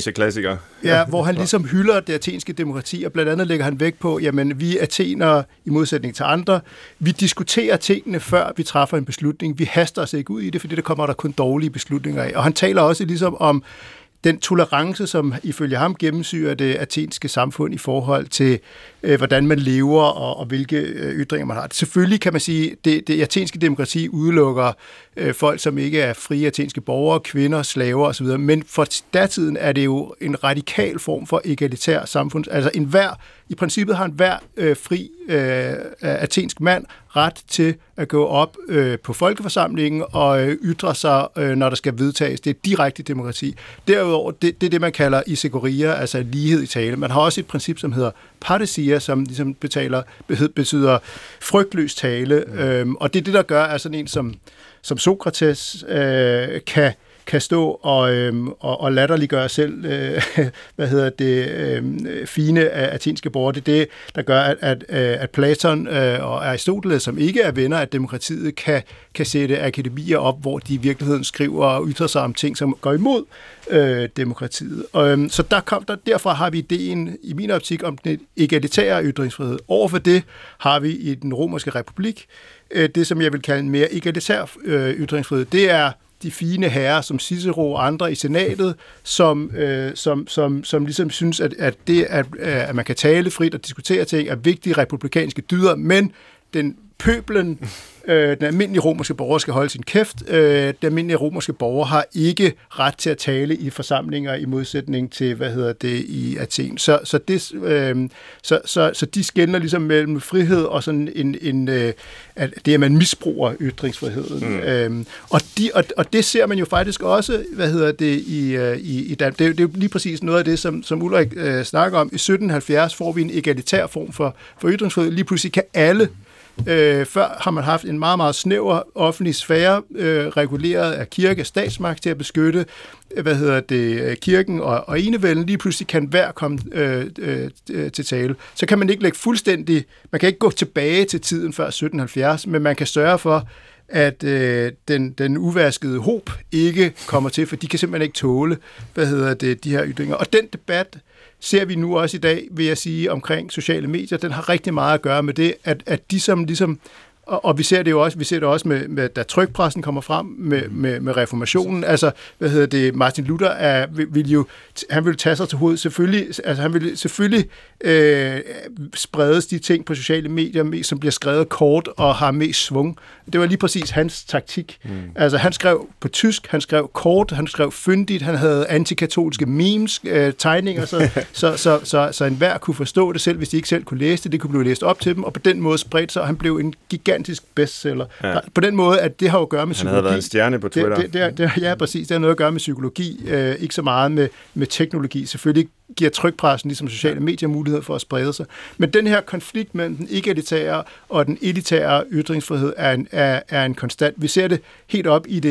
ja, hvor han ligesom hylder det athenske demokrati, og blandt andet lægger han vægt på, jamen vi athenere, i modsætning til andre, vi diskuterer tingene, før vi træffer en beslutning. Vi haster os ikke ud i det, fordi der kommer der kun dårlige beslutninger af. Og han taler også ligesom om den tolerance, som ifølge ham gennemsyrer det athenske samfund i forhold til, øh, hvordan man lever og, og hvilke øh, ytringer man har. Selvfølgelig kan man sige, at det, det athenske demokrati udelukker øh, folk, som ikke er frie athenske borgere, kvinder, slaver osv., men for datiden er det jo en radikal form for egalitær samfund. Altså enhver, i princippet har enhver øh, fri øh, athensk mand ret til at gå op øh, på folkeforsamlingen og øh, ytre sig, øh, når der skal vedtages. Det er direkte demokrati. Derudover, det, det er det, man kalder isegoria, altså lighed i tale. Man har også et princip, som hedder parrhesia, som ligesom betaler, betyder frygtløs tale, mm. øhm, og det er det, der gør, at sådan en som, som Sokrates øh, kan kan stå og, øhm, og, og latterliggøre selv, øh, hvad hedder det, øh, fine athenske borgere. Det er det, der gør, at, at, at Platon øh, og Aristoteles, som ikke er venner af demokratiet, kan, kan sætte akademier op, hvor de i virkeligheden skriver og ytrer sig om ting, som går imod øh, demokratiet. Og, øhm, så der kom, der, derfra har vi ideen, i min optik, om den egalitære ytringsfrihed. Overfor det har vi i den romerske republik øh, det, som jeg vil kalde en mere egalitær øh, ytringsfrihed. Det er de fine herrer som Cicero og andre i senatet, som, øh, som, som, som ligesom synes, at, at det, at, at man kan tale frit og diskutere ting, er vigtige republikanske dyder, men den pøblen, øh, den almindelige romerske borger skal holde sin kæft. Øh, den almindelige romerske borger har ikke ret til at tale i forsamlinger i modsætning til, hvad hedder det, i Athen. Så, så, det, øh, så, så, så de skelner ligesom mellem frihed og sådan en, en øh, at det, at man misbruger ytringsfriheden. Mm. Øh, og, de, og, og det ser man jo faktisk også, hvad hedder det, i, i, i Danmark. Det, det er jo lige præcis noget af det, som, som Ulrik øh, snakker om. I sytten halvfjerds får vi en egalitær form for, for ytringsfrihed. Lige pludselig kan alle. Øh, før har man haft en meget, meget snæver offentlig sfære, øh, reguleret af kirke og statsmagt til at beskytte, hvad hedder det, kirken og, og enevælden. Lige pludselig kan hver komme øh, øh, til tale. Så kan man ikke lægge fuldstændig, man kan ikke gå tilbage til tiden før sytten halvfjerds, men man kan sørge for, at øh, den, den uvaskede hob ikke kommer til, for de kan simpelthen ikke tåle, hvad hedder det, de her ytringer. Og den debat ser vi nu også i dag, vil jeg sige, omkring sociale medier. Den har rigtig meget at gøre med det, at, at de som ligesom, og, og vi ser det jo også, vi ser det også med, med da trykpressen kommer frem med, med, med reformationen. Altså, hvad hedder det, Martin Luther er, vil, vil jo, han vil tage sig til hovedet, selvfølgelig, altså han vil selvfølgelig øh, spredes de ting på sociale medier, som bliver skrevet kort og har mest svung. Det var lige præcis hans taktik. Mm. Altså, han skrev på tysk, han skrev kort, han skrev fyndigt, han havde antikatolske memes, øh, tegninger, så, så, så, så, så enhver kunne forstå det selv, hvis de ikke selv kunne læse det. Det kunne blive læst op til dem, og på den måde spredte sig, og han blev en gigantisk bestseller. Ja. På den måde, at det har jo at gøre med psykologi. Han havde været en stjerne på Twitter. Det, det, det, ja, præcis. Det har noget at gøre med psykologi, øh, ikke så meget med, med teknologi. Selvfølgelig giver trykpressen ligesom sociale medier mulighed for at sprede sig. Men den her konflikt mellem den ikke-elitære og den elitære ytringsfrihed er en, er, er en konstant. Vi ser det helt op i det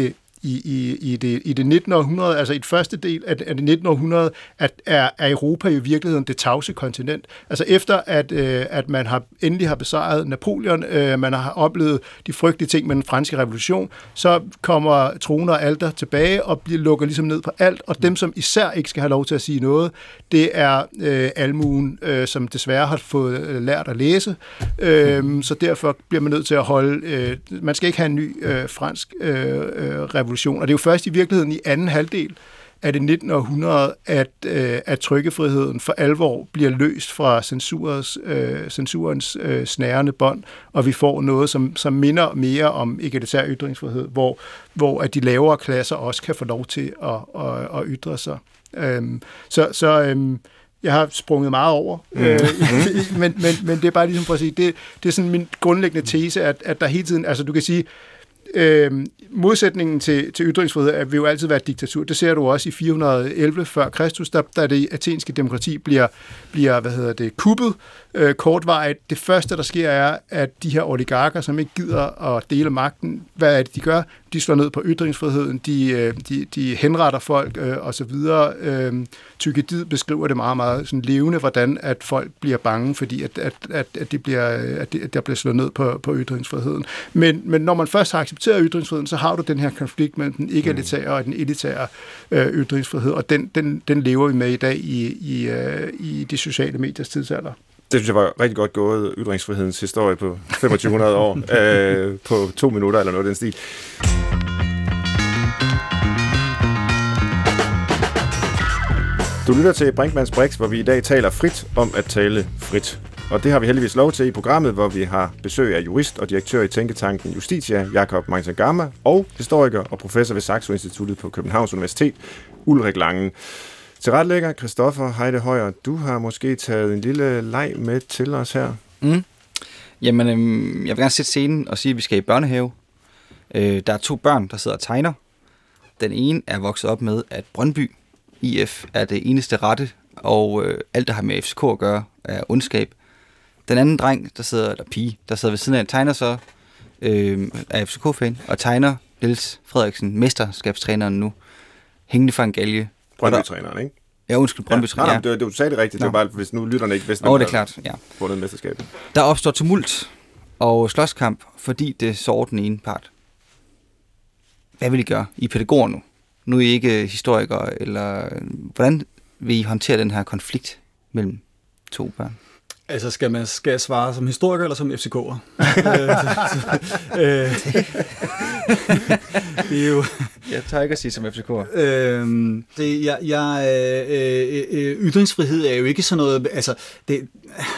i, i, i, det, i det nittende århundrede, altså i det første del af, af det nittende århundrede, at er, er Europa i virkeligheden det tavse kontinent. Altså efter at, øh, at man har endelig har besejret Napoleon, øh, man har oplevet de frygtelige ting med den franske revolution, så kommer troner og alter tilbage og bliver lukker ligesom ned på alt, og dem, som især ikke skal have lov til at sige noget, det er øh, almuen, øh, som desværre har fået øh, lært at læse, øh, så derfor bliver man nødt til at holde, øh, man skal ikke have en ny øh, fransk øh, øh, revolution, og det er jo først i virkeligheden i anden halvdel af det nittende århundrede, at, øh, at trykkefriheden for alvor bliver løst fra censurens, øh, censurens øh, snærende bånd, og vi får noget, som, som minder mere om egalitær ytringsfrihed, hvor, hvor at de lavere klasser også kan få lov til at, at, at ytre sig. Øhm, så så øhm, jeg har sprunget meget over, mm. øh, men, men, men det er bare ligesom for at sige, det, det er sådan min grundlæggende tese, at, at der hele tiden, altså du kan sige, Øh, modsætningen til, til ytringsfrihed er, vil jo altid være et diktatur. Det ser du også i fire hundrede og elleve før Kristus, der, der det athenske demokrati bliver, bliver hvad hedder det, kuppet øh, kortvarigt. Det første, der sker, er, at de her oligarker, som ikke gider at dele magten, hvad er det, de gør? De slår ned på ytringsfriheden, de, de, de henretter folk øh, osv. Øh, Thukydides beskriver det meget, meget sådan levende, hvordan at folk bliver bange, fordi at, at, at, at, de bliver, at, de, at der bliver slået ned på, på ytringsfriheden. Men, men når man først har accepteret ytringsfriheden, så har du den her konflikt mellem den ikke-elitære og den elitære øh, ytringsfrihed, og den, den, den lever vi med i dag i, i, øh, i de sociale mediers tidsalder. Det synes jeg var rigtig godt gået, ytringsfrihedens historie på femogtyve hundrede år, øh, på to minutter eller noget af den stil. Du lytter til Brinkmanns Brix, hvor vi i dag taler frit om at tale frit. Og det har vi heldigvis lov til i programmet, hvor vi har besøg af jurist og direktør i tænketanken Justitia, Jakob Mangtagama, og historiker og professor ved Saxo Instituttet på Københavns Universitet, Ulrik Langen. Tilrettelægger Christoffer Heide Højer, du har måske taget en lille leg med til os her. Mm. Jamen, øhm, jeg vil gerne sætte scenen og sige, at vi skal i børnehave. Øh, der er to børn, der sidder og tegner. Den ene er vokset op med, at Brøndby I F er det eneste rette, og øh, alt, der har med F C K at gøre, er ondskab. Den anden dreng, der sidder, eller pige, der sidder ved siden af, tegner så, øh, er F C K-fan, og tegner Niels Frederiksen, mesterskabstræneren nu, hængende fra en galge. Brøndby-træneren, ikke? Ja, undskyld, Brøndby-træneren. Ja, nej, nej, du, du sagde det rigtigt, Nå. Det var bare, hvis nu lytterne ikke vidste, oh, det er klart, ja. Vundet mesterskabet. Der opstår tumult og slåskamp, fordi det sår den ene part. Hvad vil I gøre? I er pædagoger nu. Nu er I ikke historikere, eller hvordan vil I håndtere den her konflikt mellem to børn? Altså, skal man skal jeg svare som historiker eller som F C K'er? Det er jo... Jeg tør ikke at sige som F C K'er. Øhm, det, jeg, jeg, øh, øh, ytringsfrihed er jo ikke sådan noget... Altså, det...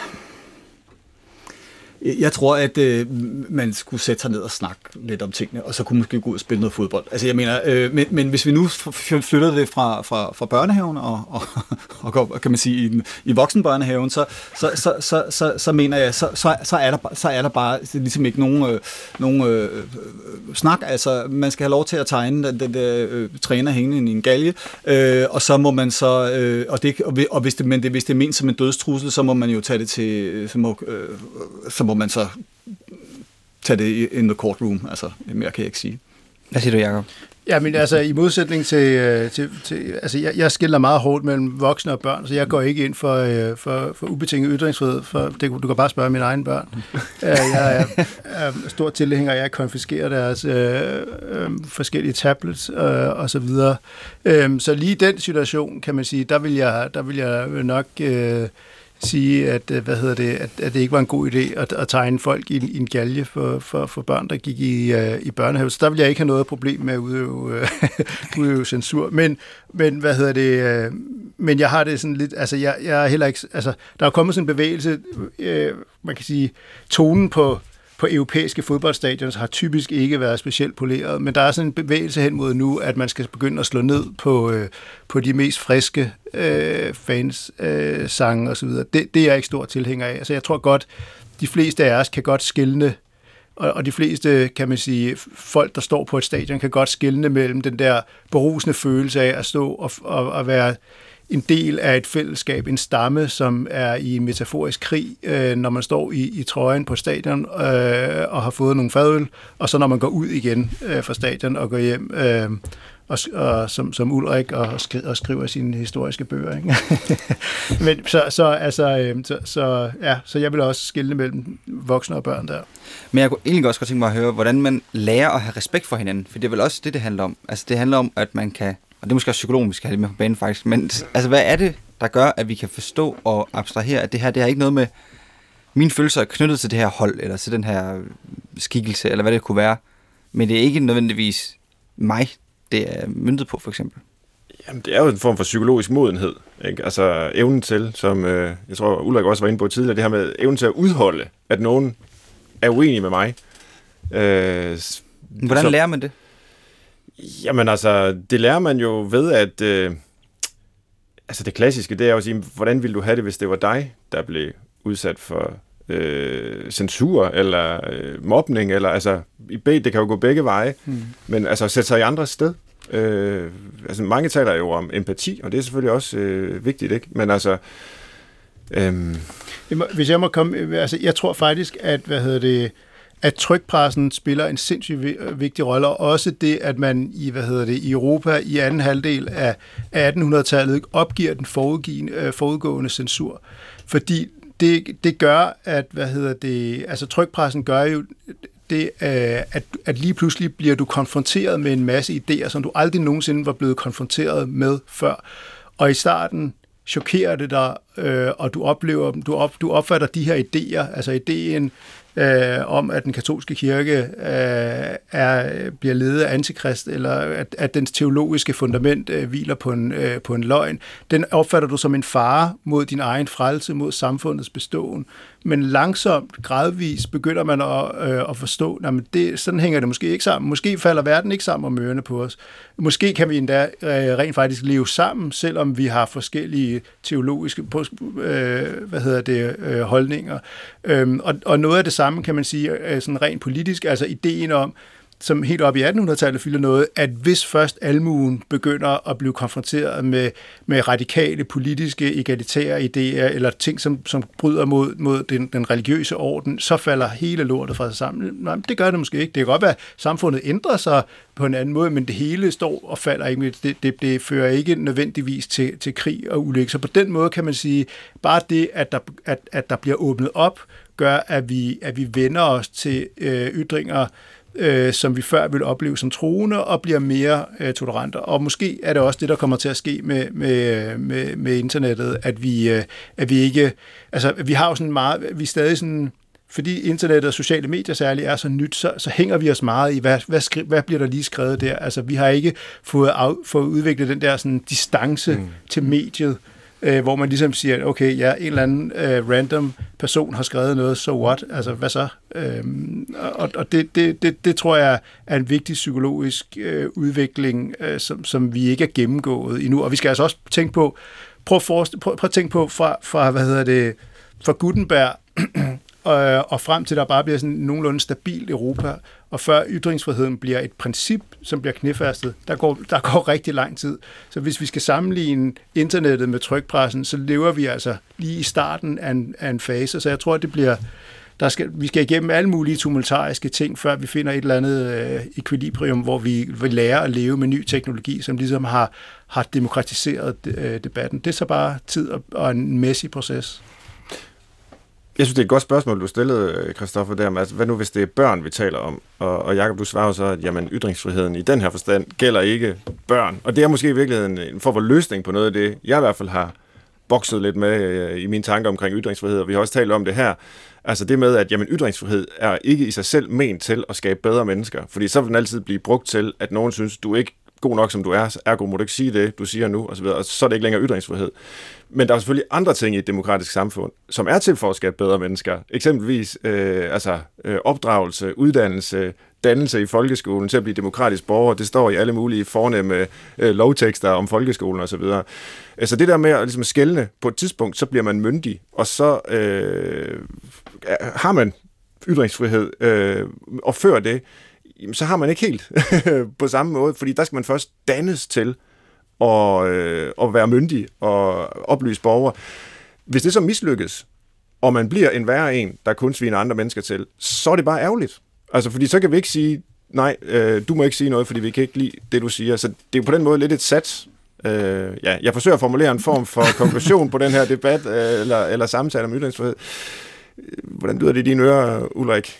Jeg tror, at øh, man skulle sætte sig ned og snakke lidt om tingene, og så kunne man måske gå ud og spille noget fodbold. Altså, jeg mener, øh, men, men hvis vi nu flytter det fra, fra, fra børnehaven og, og, og går, kan man sige, i, den, i voksenbørnehaven, så, så, så, så, så, så mener jeg, så, så, så, er der, så er der bare ligesom ikke nogen, øh, nogen øh, snak. Altså, man skal have lov til at tegne den, den der øh, træner hængende i en galge, øh, og så må man så, øh, og, det, og hvis det, men det, hvis det er ment som en dødstrussel, så må man jo tage det til, så må, øh, så må man så tage det in the courtroom. Altså, mere kan jeg ikke sige. Hvad siger du, Jacob? Ja, men altså i modsætning til, til, til altså jeg, jeg skiller meget hårdt mellem voksne og børn, så jeg går ikke ind for, for, for ubetinget ytringsfrihed, for det, du kan bare spørge mine egne børn. Jeg er, er stor tilhænger, jeg konfiskerer deres øh, øh, forskellige tablets øh, og så videre. Øh, så lige i den situation, kan man sige, der vil jeg, der vil jeg nok... Øh, sige, at, hvad hedder det, at, at det ikke var en god idé at, at tegne folk i, i en galge for, for, for børn, der gik i, uh, i børnehave. Så der vil jeg ikke have noget problem med at udøve, uh, udøve censur. Men, men, hvad hedder det, uh, men jeg har det sådan lidt, altså jeg, jeg er heller ikke, altså der er kommet sådan en bevægelse, uh, man kan sige, tonen på på europæiske fodboldstadions har typisk ikke været specielt poleret, men der er sådan en bevægelse hen mod nu, at man skal begynde at slå ned på, øh, på de mest friske øh, fans øh, sange og så videre. Det, det er jeg ikke stor tilhænger af. Altså jeg tror godt, de fleste af os kan godt skelne, og, og de fleste, kan man sige, folk, der står på et stadion, kan godt skelne mellem den der berusende følelse af at stå og, og, og være en del af et fællesskab, en stamme, som er i metaforisk krig, øh, når man står i, i trøjen på stadion øh, og har fået nogle fadøl, og så når man går ud igen øh, fra stadion og går hjem, øh, og, og, som, som Ulrik og, skri, og skriver sine historiske bøger. Ikke? Men så, så, altså, øh, så, så, ja, så jeg vil også skelne mellem voksne og børn der. Men jeg kunne egentlig også godt tænke mig at høre, hvordan man lærer at have respekt for hinanden, for det er vel også det, det handler om. Altså det handler om, at man kan, og det er måske også psykologen, vi skal have det med på banen faktisk, men altså hvad er det, der gør, at vi kan forstå og abstrahere, at det her, det har ikke noget med mine følelser er knyttet til det her hold, eller til den her skikkelse, eller hvad det kunne være, men det er ikke nødvendigvis mig, det er møntet på, for eksempel. Jamen, det er jo en form for psykologisk modenhed, ikke? Altså evnen til, som øh, jeg tror, Ulrik også var inde på tidligere, det her med evnen til at udholde, at nogen er uenig med mig. Øh, Hvordan så, lærer man det? Jamen altså, det lærer man jo ved, at øh, altså det klassiske, det er jo at sige, hvordan ville du have det, hvis det var dig, der blev udsat for øh, censur, eller øh, mobning, eller altså, i B, det kan jo gå begge veje, hmm. men altså sætte sig i andres sted. Øh, altså mange taler jo om empati, og det er selvfølgelig også øh, vigtigt, ikke? Men altså... Øh, Hvis jeg må komme, altså jeg tror faktisk, at hvad hedder det, at trykpressen spiller en sindssygt vigtig rolle, og også det, at man i hvad hedder det, i Europa i anden halvdel af attenhundredetallet opgiver den forudgående censur, fordi det, det gør, at hvad hedder det, altså trykpressen gør jo det, at, at lige pludselig bliver du konfronteret med en masse idéer, som du aldrig nogensinde var blevet konfronteret med før, og i starten chokerer det dig, øh, og du oplever du, op, du opfatter de her idéer, altså ideen øh, om, at den katolske kirke øh, er, bliver ledet af antikrist, eller at, at dens teologiske fundament øh, hviler på en, øh, på en løgn, den opfatter du som en fare mod din egen frelse, mod samfundets beståen. Men langsomt, gradvist begynder man at, øh, at forstå, at det, sådan hænger det måske ikke sammen. Måske falder verden ikke sammen om ørerne på os. Måske kan vi endda øh, rent faktisk leve sammen, selvom vi har forskellige teologiske øh, hvad hedder det, øh, holdninger. Øhm, og, og noget af det samme kan man sige øh, sådan rent politisk, altså ideen om, som helt op i attenhundredetallet fylder noget, at hvis først almuen begynder at blive konfronteret med, med radikale, politiske, egalitære idéer, eller ting, som, som bryder mod, mod den, den religiøse orden, så falder hele lortet fra sig sammen. Nej, det gør det måske ikke. Det kan godt være, at samfundet ændrer sig på en anden måde, men det hele står og falder ikke. Det, det, det fører ikke nødvendigvis til, til krig og ulykke. Så på den måde kan man sige, bare det, at der, at, at der bliver åbnet op, gør, at vi, at vi vender os til øh, ytringer, Øh, som vi før ville opleve som troende, og bliver mere øh, tolerante. Og måske er det også det, der kommer til at ske med, med, med, med internettet, at vi, øh, at vi ikke... Altså, vi har jo sådan meget... Vi er stadig sådan... Fordi internettet og sociale medier særligt er så nyt, så, så hænger vi os meget i, hvad, hvad, skri, hvad bliver der lige skrevet der? Altså, vi har ikke fået, af, fået udviklet den der sådan, distance mm. til mediet, øh, hvor man ligesom siger, okay, ja, en eller anden øh, random person har skrevet noget, so what? Altså, hvad så? Øhm, og og det, det, det, det tror jeg er en vigtig psykologisk øh, udvikling, øh, som, som vi ikke er gennemgået endnu. Og vi skal altså også tænke på, prøv at, forestille, prøv, prøv at tænke på fra, fra, hvad hedder det, fra Gutenberg og, og frem til, der bare bliver sådan nogenlunde stabilt Europa, og før ytringsfriheden bliver et princip, som bliver knæfastet, der går, der går rigtig lang tid. Så hvis vi skal sammenligne internettet med trykpressen, så lever vi altså lige i starten af en, af en fase, så jeg tror, at det bliver, der skal, vi skal igennem alle mulige tumultariske ting, før vi finder et eller andet øh, ekvilibrium, hvor vi vil lære at leve med ny teknologi, som ligesom har, har demokratiseret øh, debatten. Det er så bare tid og, og en messy proces. Jeg synes, det er et godt spørgsmål, du stillede, Christoffer, der med, altså, hvad nu hvis det er børn, vi taler om? Og, og Jacob, du svarer så, at jamen, ytringsfriheden i den her forstand gælder ikke børn. Og det er måske i virkeligheden en form for løsning på noget af det, jeg i hvert fald har bokset lidt med øh, i mine tanker omkring ytringsfrihed, og vi har også talt om det her. Altså det med, at jamen, ytringsfrihed er ikke i sig selv ment til at skabe bedre mennesker, fordi så vil den altid blive brugt til, at nogen synes, du er ikke god nok, som du er, ergo må du ikke sige det, du siger nu, og så videre, og så er det ikke længere ytringsfrihed. Men der er selvfølgelig andre ting i et demokratisk samfund, som er til for at skabe bedre mennesker. Eksempelvis øh, altså, øh, opdragelse, uddannelse, dannelse i folkeskolen til at blive demokratisk borger. Det står i alle mulige fornemme øh, lovtekster om folkeskolen osv. Så, så det der med at ligesom skelne på et tidspunkt, så bliver man myndig, og så øh, har man ytringsfrihed, øh, og før det, så har man ikke helt på samme måde, fordi der skal man først dannes til og, øh, og være myndig og oplyse borgere. Hvis det så mislykkes, og man bliver en værre en, der kun sviner andre mennesker til, så er det bare ærgerligt. Altså, fordi så kan vi ikke sige, nej, øh, du må ikke sige noget, fordi vi kan ikke lide det, du siger. Så det er jo på den måde lidt et sats. Øh, ja, jeg forsøger at formulere en form for konklusion på den her debat, øh, eller, eller samtale om ytringsfrihed. Hvordan lyder det i dine ører, Ulrik?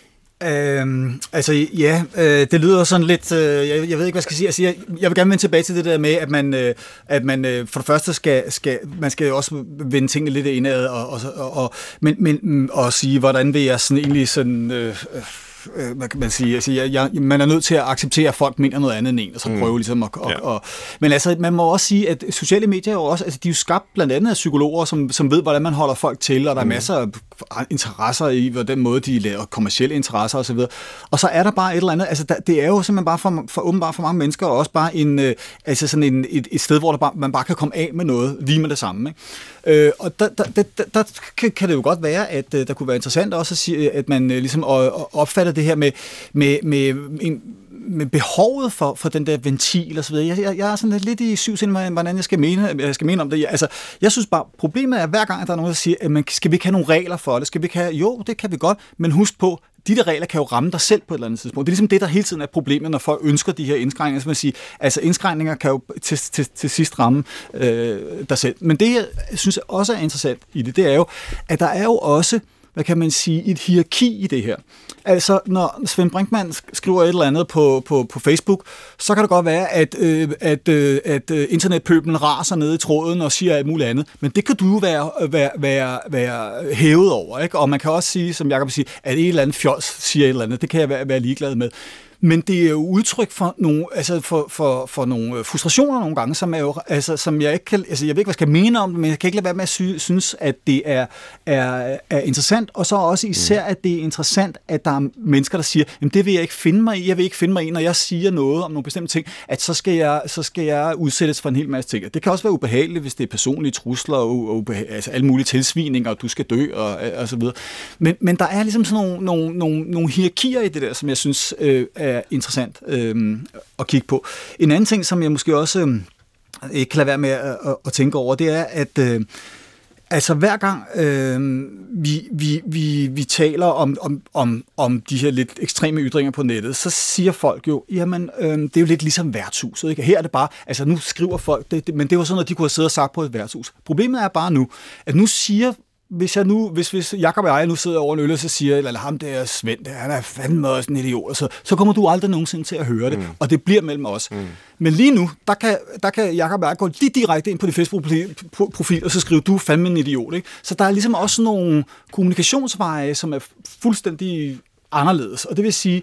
Øhm, altså ja, øh, det lyder sådan lidt, øh, jeg, jeg ved ikke, hvad jeg skal sige. Altså, jeg, jeg vil gerne vende tilbage til det der med, at man, øh, at man øh, for det første skal, skal, man skal også vende tingene lidt indad, og, og, og, og, men, men, og sige, hvordan vil jeg sådan egentlig sådan... Øh, øh, hvad kan man sige? Altså, jeg, jeg, man er nødt til at acceptere, at folk mener noget andet end en, og så prøve mm. ligesom at... Og, ja. og, men altså, man må også sige, at sociale medier er jo også, altså, de er jo skabt blandt andet af psykologer, som, som ved, hvordan man holder folk til, og der er mm. masser af interesser i, hvor den måde, de laver kommercielle interesser osv. Og så er der bare et eller andet, altså, der, det er jo simpelthen bare for, for åbenbart for mange mennesker, og også bare en, øh, altså sådan en, et, et sted, hvor der bare, man bare kan komme af med noget, lige med det samme, ikke? Øh, og der, der, der, der, der kan det jo godt være, at øh, der kunne være interessant også at sige, at man øh, ligesom opfatter det her med, med, med, med, med behovet for, for den der ventil og så videre. Jeg, jeg, jeg er sådan lidt i syvsind med, hvordan jeg skal mene, jeg skal mene om det. Jeg, altså, jeg synes bare, problemet er, hver gang, at der er nogen, der siger, at man, skal vi ikke have nogle regler for det? Skal vi ikke have, jo, det kan vi godt, men husk på, de der regler kan jo ramme dig selv på et eller andet tidspunkt. Det er ligesom det, der hele tiden er problemet, når folk ønsker de her indskrænkninger. Så man siger, altså indskrænkninger kan jo til, til, til sidst ramme øh, dig selv. Men det, jeg synes også er interessant i det, det er jo, at der er jo også, hvad kan man sige, et hierarki i det her. Altså, når Svend Brinkmann skriver et eller andet på, på, på Facebook, så kan det godt være, at, øh, at, øh, at internetpøbelen raser ned i tråden og siger alt muligt andet. Men det kan du jo være, være, være, være hævet over, ikke? Og man kan også sige, som Jacob siger, at et eller andet fjols siger et eller andet. Det kan jeg være, være ligeglad med. Men det er jo udtryk for nogle, altså for, for, for nogle frustrationer nogle gange, som, er jo, altså, som jeg ikke kan, altså jeg ved ikke, hvad jeg skal mene om det, men jeg kan ikke lade være med at sy- synes, at det er, er, er interessant, og så også især, at det er interessant, at der er mennesker, der siger, jamen det vil jeg ikke finde mig i, jeg vil ikke finde mig i, når jeg siger noget om nogle bestemte ting, at så skal jeg, så skal jeg udsættes for en hel masse ting. Det kan også være ubehageligt, hvis det er personlige trusler, og, og ubehag, altså alle mulige tilsvininger, og du skal dø, og, og så videre. Men, men der er ligesom sådan nogle, nogle, nogle, nogle hierarkier i det der, som jeg synes øh, er interessant øh, at kigge på. En anden ting, som jeg måske også øh, ikke kan lade være med at, at, at tænke over, det er, at øh, altså hver gang øh, vi, vi, vi, vi taler om, om, om, om de her lidt ekstreme ytringer på nettet, så siger folk jo, jamen øh, det er jo lidt ligesom værtshuset, ikke? Her er det bare, altså nu skriver folk, det, det, men det var sådan noget, de kunne have siddet og sagt på et værtshus. Problemet er bare nu, at nu siger Hvis jeg nu, hvis, hvis Jacob og jeg nu sidder over en øl, og så siger, eller ham der Svend, der, han er fandme også en idiot, så, så kommer du aldrig nogensinde til at høre det, mm. og det bliver mellem os. Mm. Men lige nu, der kan, der kan Jacob og jeg gå lige direkte ind på din Facebook-profil, og så skrive, du er fandme en idiot, ikke? Så der er ligesom også nogle kommunikationsveje, som er fuldstændig anderledes, og det vil sige,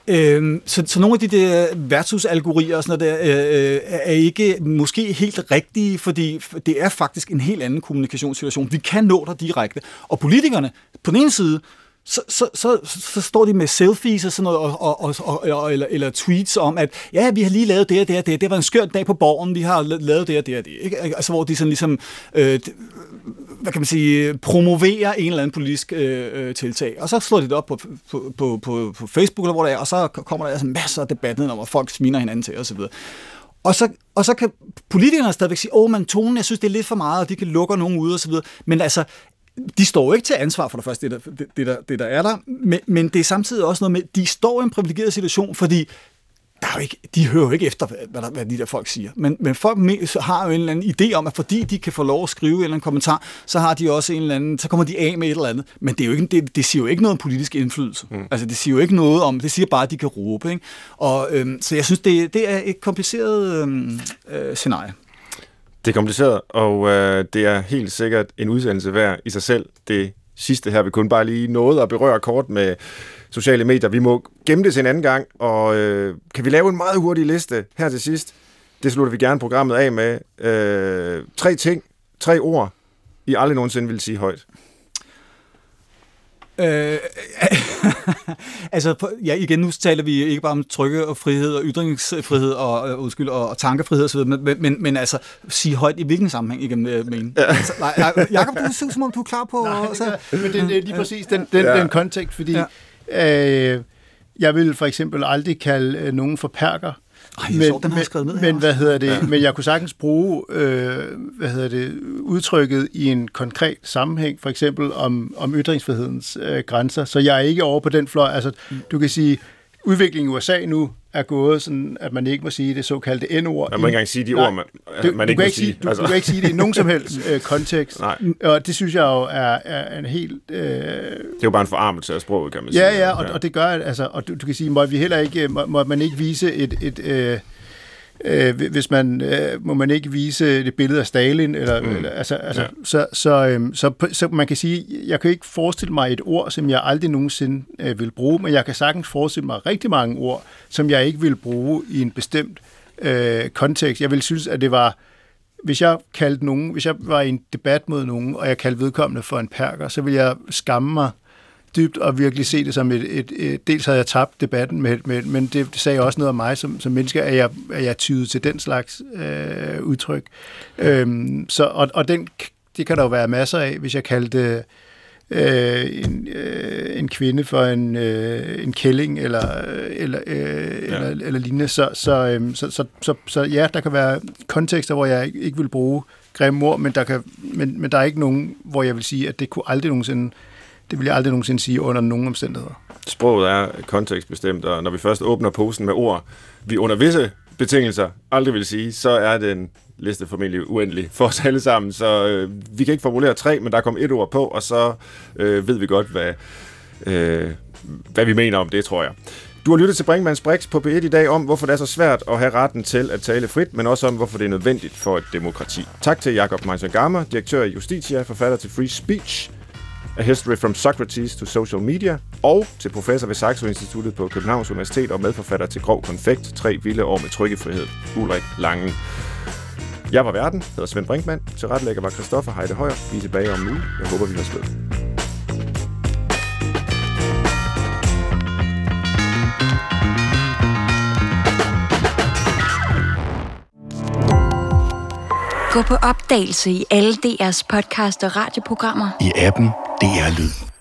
øh, så, så nogle af de der værtshusalgorier og sådan noget der, øh, er ikke måske helt rigtige, fordi det er faktisk en helt anden kommunikationssituation. Vi kan nå dig direkte, og politikerne, på den ene side, Så, så, så, så står de med selfies og sådan noget, og, og, og, og, eller, eller tweets om, at ja, vi har lige lavet det og det og det, det var en skør dag på Borgen, vi har lavet det og det og det, ikke? Altså hvor de sådan ligesom, øh, hvad kan man sige, promoverer en eller anden politisk øh, tiltag, og så slår de det op på, på, på, på, på Facebook, eller hvor det er, og så kommer der altså masser af debatten om, at folk sminer hinanden til, og så videre. Og så, og så kan politikerne stadigvæk sige, åh, men tonen, jeg synes, det er lidt for meget, og de kan lukke nogen ud, og så videre, men altså, de står jo ikke til ansvar for det første, det der, det, det der, det der er der, men, men det er samtidig også noget med, de står i en privilegeret situation, fordi der er jo ikke, de hører jo ikke efter, hvad, der, hvad de der folk siger. Men, men folk har jo en eller anden idé om, at fordi de kan få lov at skrive en eller anden kommentar, så har de også en eller anden, så kommer de af med et eller andet. Men det, er jo ikke, det, det siger jo ikke noget om politisk indflydelse. Mm. Altså det siger jo ikke noget om, det siger bare, at de kan råbe. Ikke? Og, øhm, så jeg synes, det, det er et kompliceret øhm, øh, scenarie. Det er kompliceret, og øh, det er helt sikkert en udsendelse værd i sig selv. Det sidste her, vi kun bare lige nåede at berøre kort med sociale medier. Vi må gemme det til en anden gang, og øh, kan vi lave en meget hurtig liste her til sidst? Det slutter vi gerne programmet af med. Øh, tre ting, tre ord, I aldrig nogensinde vil sige højt. Øh, altså, ja, igen, nu taler vi ikke bare om trykke og frihed og ytringsfrihed og, uh, undskyld, og, og tankefrihed og så videre, men, men, men altså, sige højt i hvilken sammenhæng, igen, jeg mener. Ja. Altså, nej, Jacob, du ser som om, du er klar på... Nej, så, men det, det er lige præcis den, den, ja. den kontekst, fordi ja. øh, jeg vil for eksempel aldrig kalde øh, nogen for perker, Ej, men, så, den har jeg skrevet ned men, hvad hedder det? Ja. Men jeg kunne sagtens bruge øh, hvad hedder det, udtrykket i en konkret sammenhæng, for eksempel om, om ytringsfrihedens øh, grænser. Så jeg er ikke over på den fløj. Altså, du kan sige, udviklingen i U S A nu er gået sådan, at man ikke må sige det såkaldte N-ord. Man må ikke engang sige de Nej, ord, man, du, man du ikke kan må ikke sige. sige. Du, altså. du kan ikke sige det i nogen som helst øh, kontekst. Nej. Og det synes jeg jo er, er en helt... Øh, Det er jo bare en forarmelse af sproget, kan man sige. ja, ja, og, og det gør, at, altså, og du, du kan sige, må vi heller ikke, må, må man ikke vise et... et øh, Øh, hvis man øh, må man ikke vise det billede af Stalin eller, mm. eller altså, altså Ja. så så, øhm, så så man kan sige, jeg kan ikke forestille mig et ord, som jeg aldrig nogensinde øh, vil bruge, men jeg kan sagtens forestille mig rigtig mange ord, som jeg ikke vil bruge i en bestemt øh, kontekst. Jeg vil synes, at det var, hvis jeg kaldte nogen, hvis jeg var i en debat mod nogen, og jeg kaldte vedkommende for en perker, så ville jeg skamme mig dybt og virkelig se det som et, et, et dels havde jeg tabt debatten, med, med, men det, det sagde også noget om mig som, som menneske, at jeg, at jeg tydet til den slags øh, udtryk. Øhm, så, og og den, det kan der jo være masser af, hvis jeg kaldte øh, en, øh, en kvinde for en, øh, en kælling eller, eller, øh, ja. eller, eller lignende. Så, så, øh, så, så, så, så ja, der kan være kontekster, hvor jeg ikke, ikke vil bruge grimme ord, men der, kan, men, men der er ikke nogen, hvor jeg vil sige, at det kunne aldrig nogensinde Det vil jeg aldrig nogensinde sige under nogen omstændigheder. Sproget er kontekstbestemt, og når vi først åbner posen med ord, vi under visse betingelser aldrig vil sige, så er den liste formentlig uendelig for os alle sammen. Så øh, vi kan ikke formulere tre, men der kom et ord på, og så øh, ved vi godt, hvad, øh, hvad vi mener om det, tror jeg. Du har lyttet til Brinkmanns Brix på P et i dag om, hvorfor det er så svært at have retten til at tale frit, men også om, hvorfor det er nødvendigt for et demokrati. Tak til Jakob Meister-Gammer, direktør i Justitia, forfatter til Free Speech, A History from Socrates to Social Media, og til professor ved Saxo Instituttet på Københavns Universitet og medforfatter til Grov Konfekt, tre vilde år med trykkefrihed, Ulrik Langen. Jeg var verden, hedder Svend Brinkmann, tilrettelægger var Christoffer Heide Højer. Vi er tilbage om en uge. Jeg håber, vi har spillet. Gå på opdagelse i alle D R's podcast og radioprogrammer. I appen D R Lyd.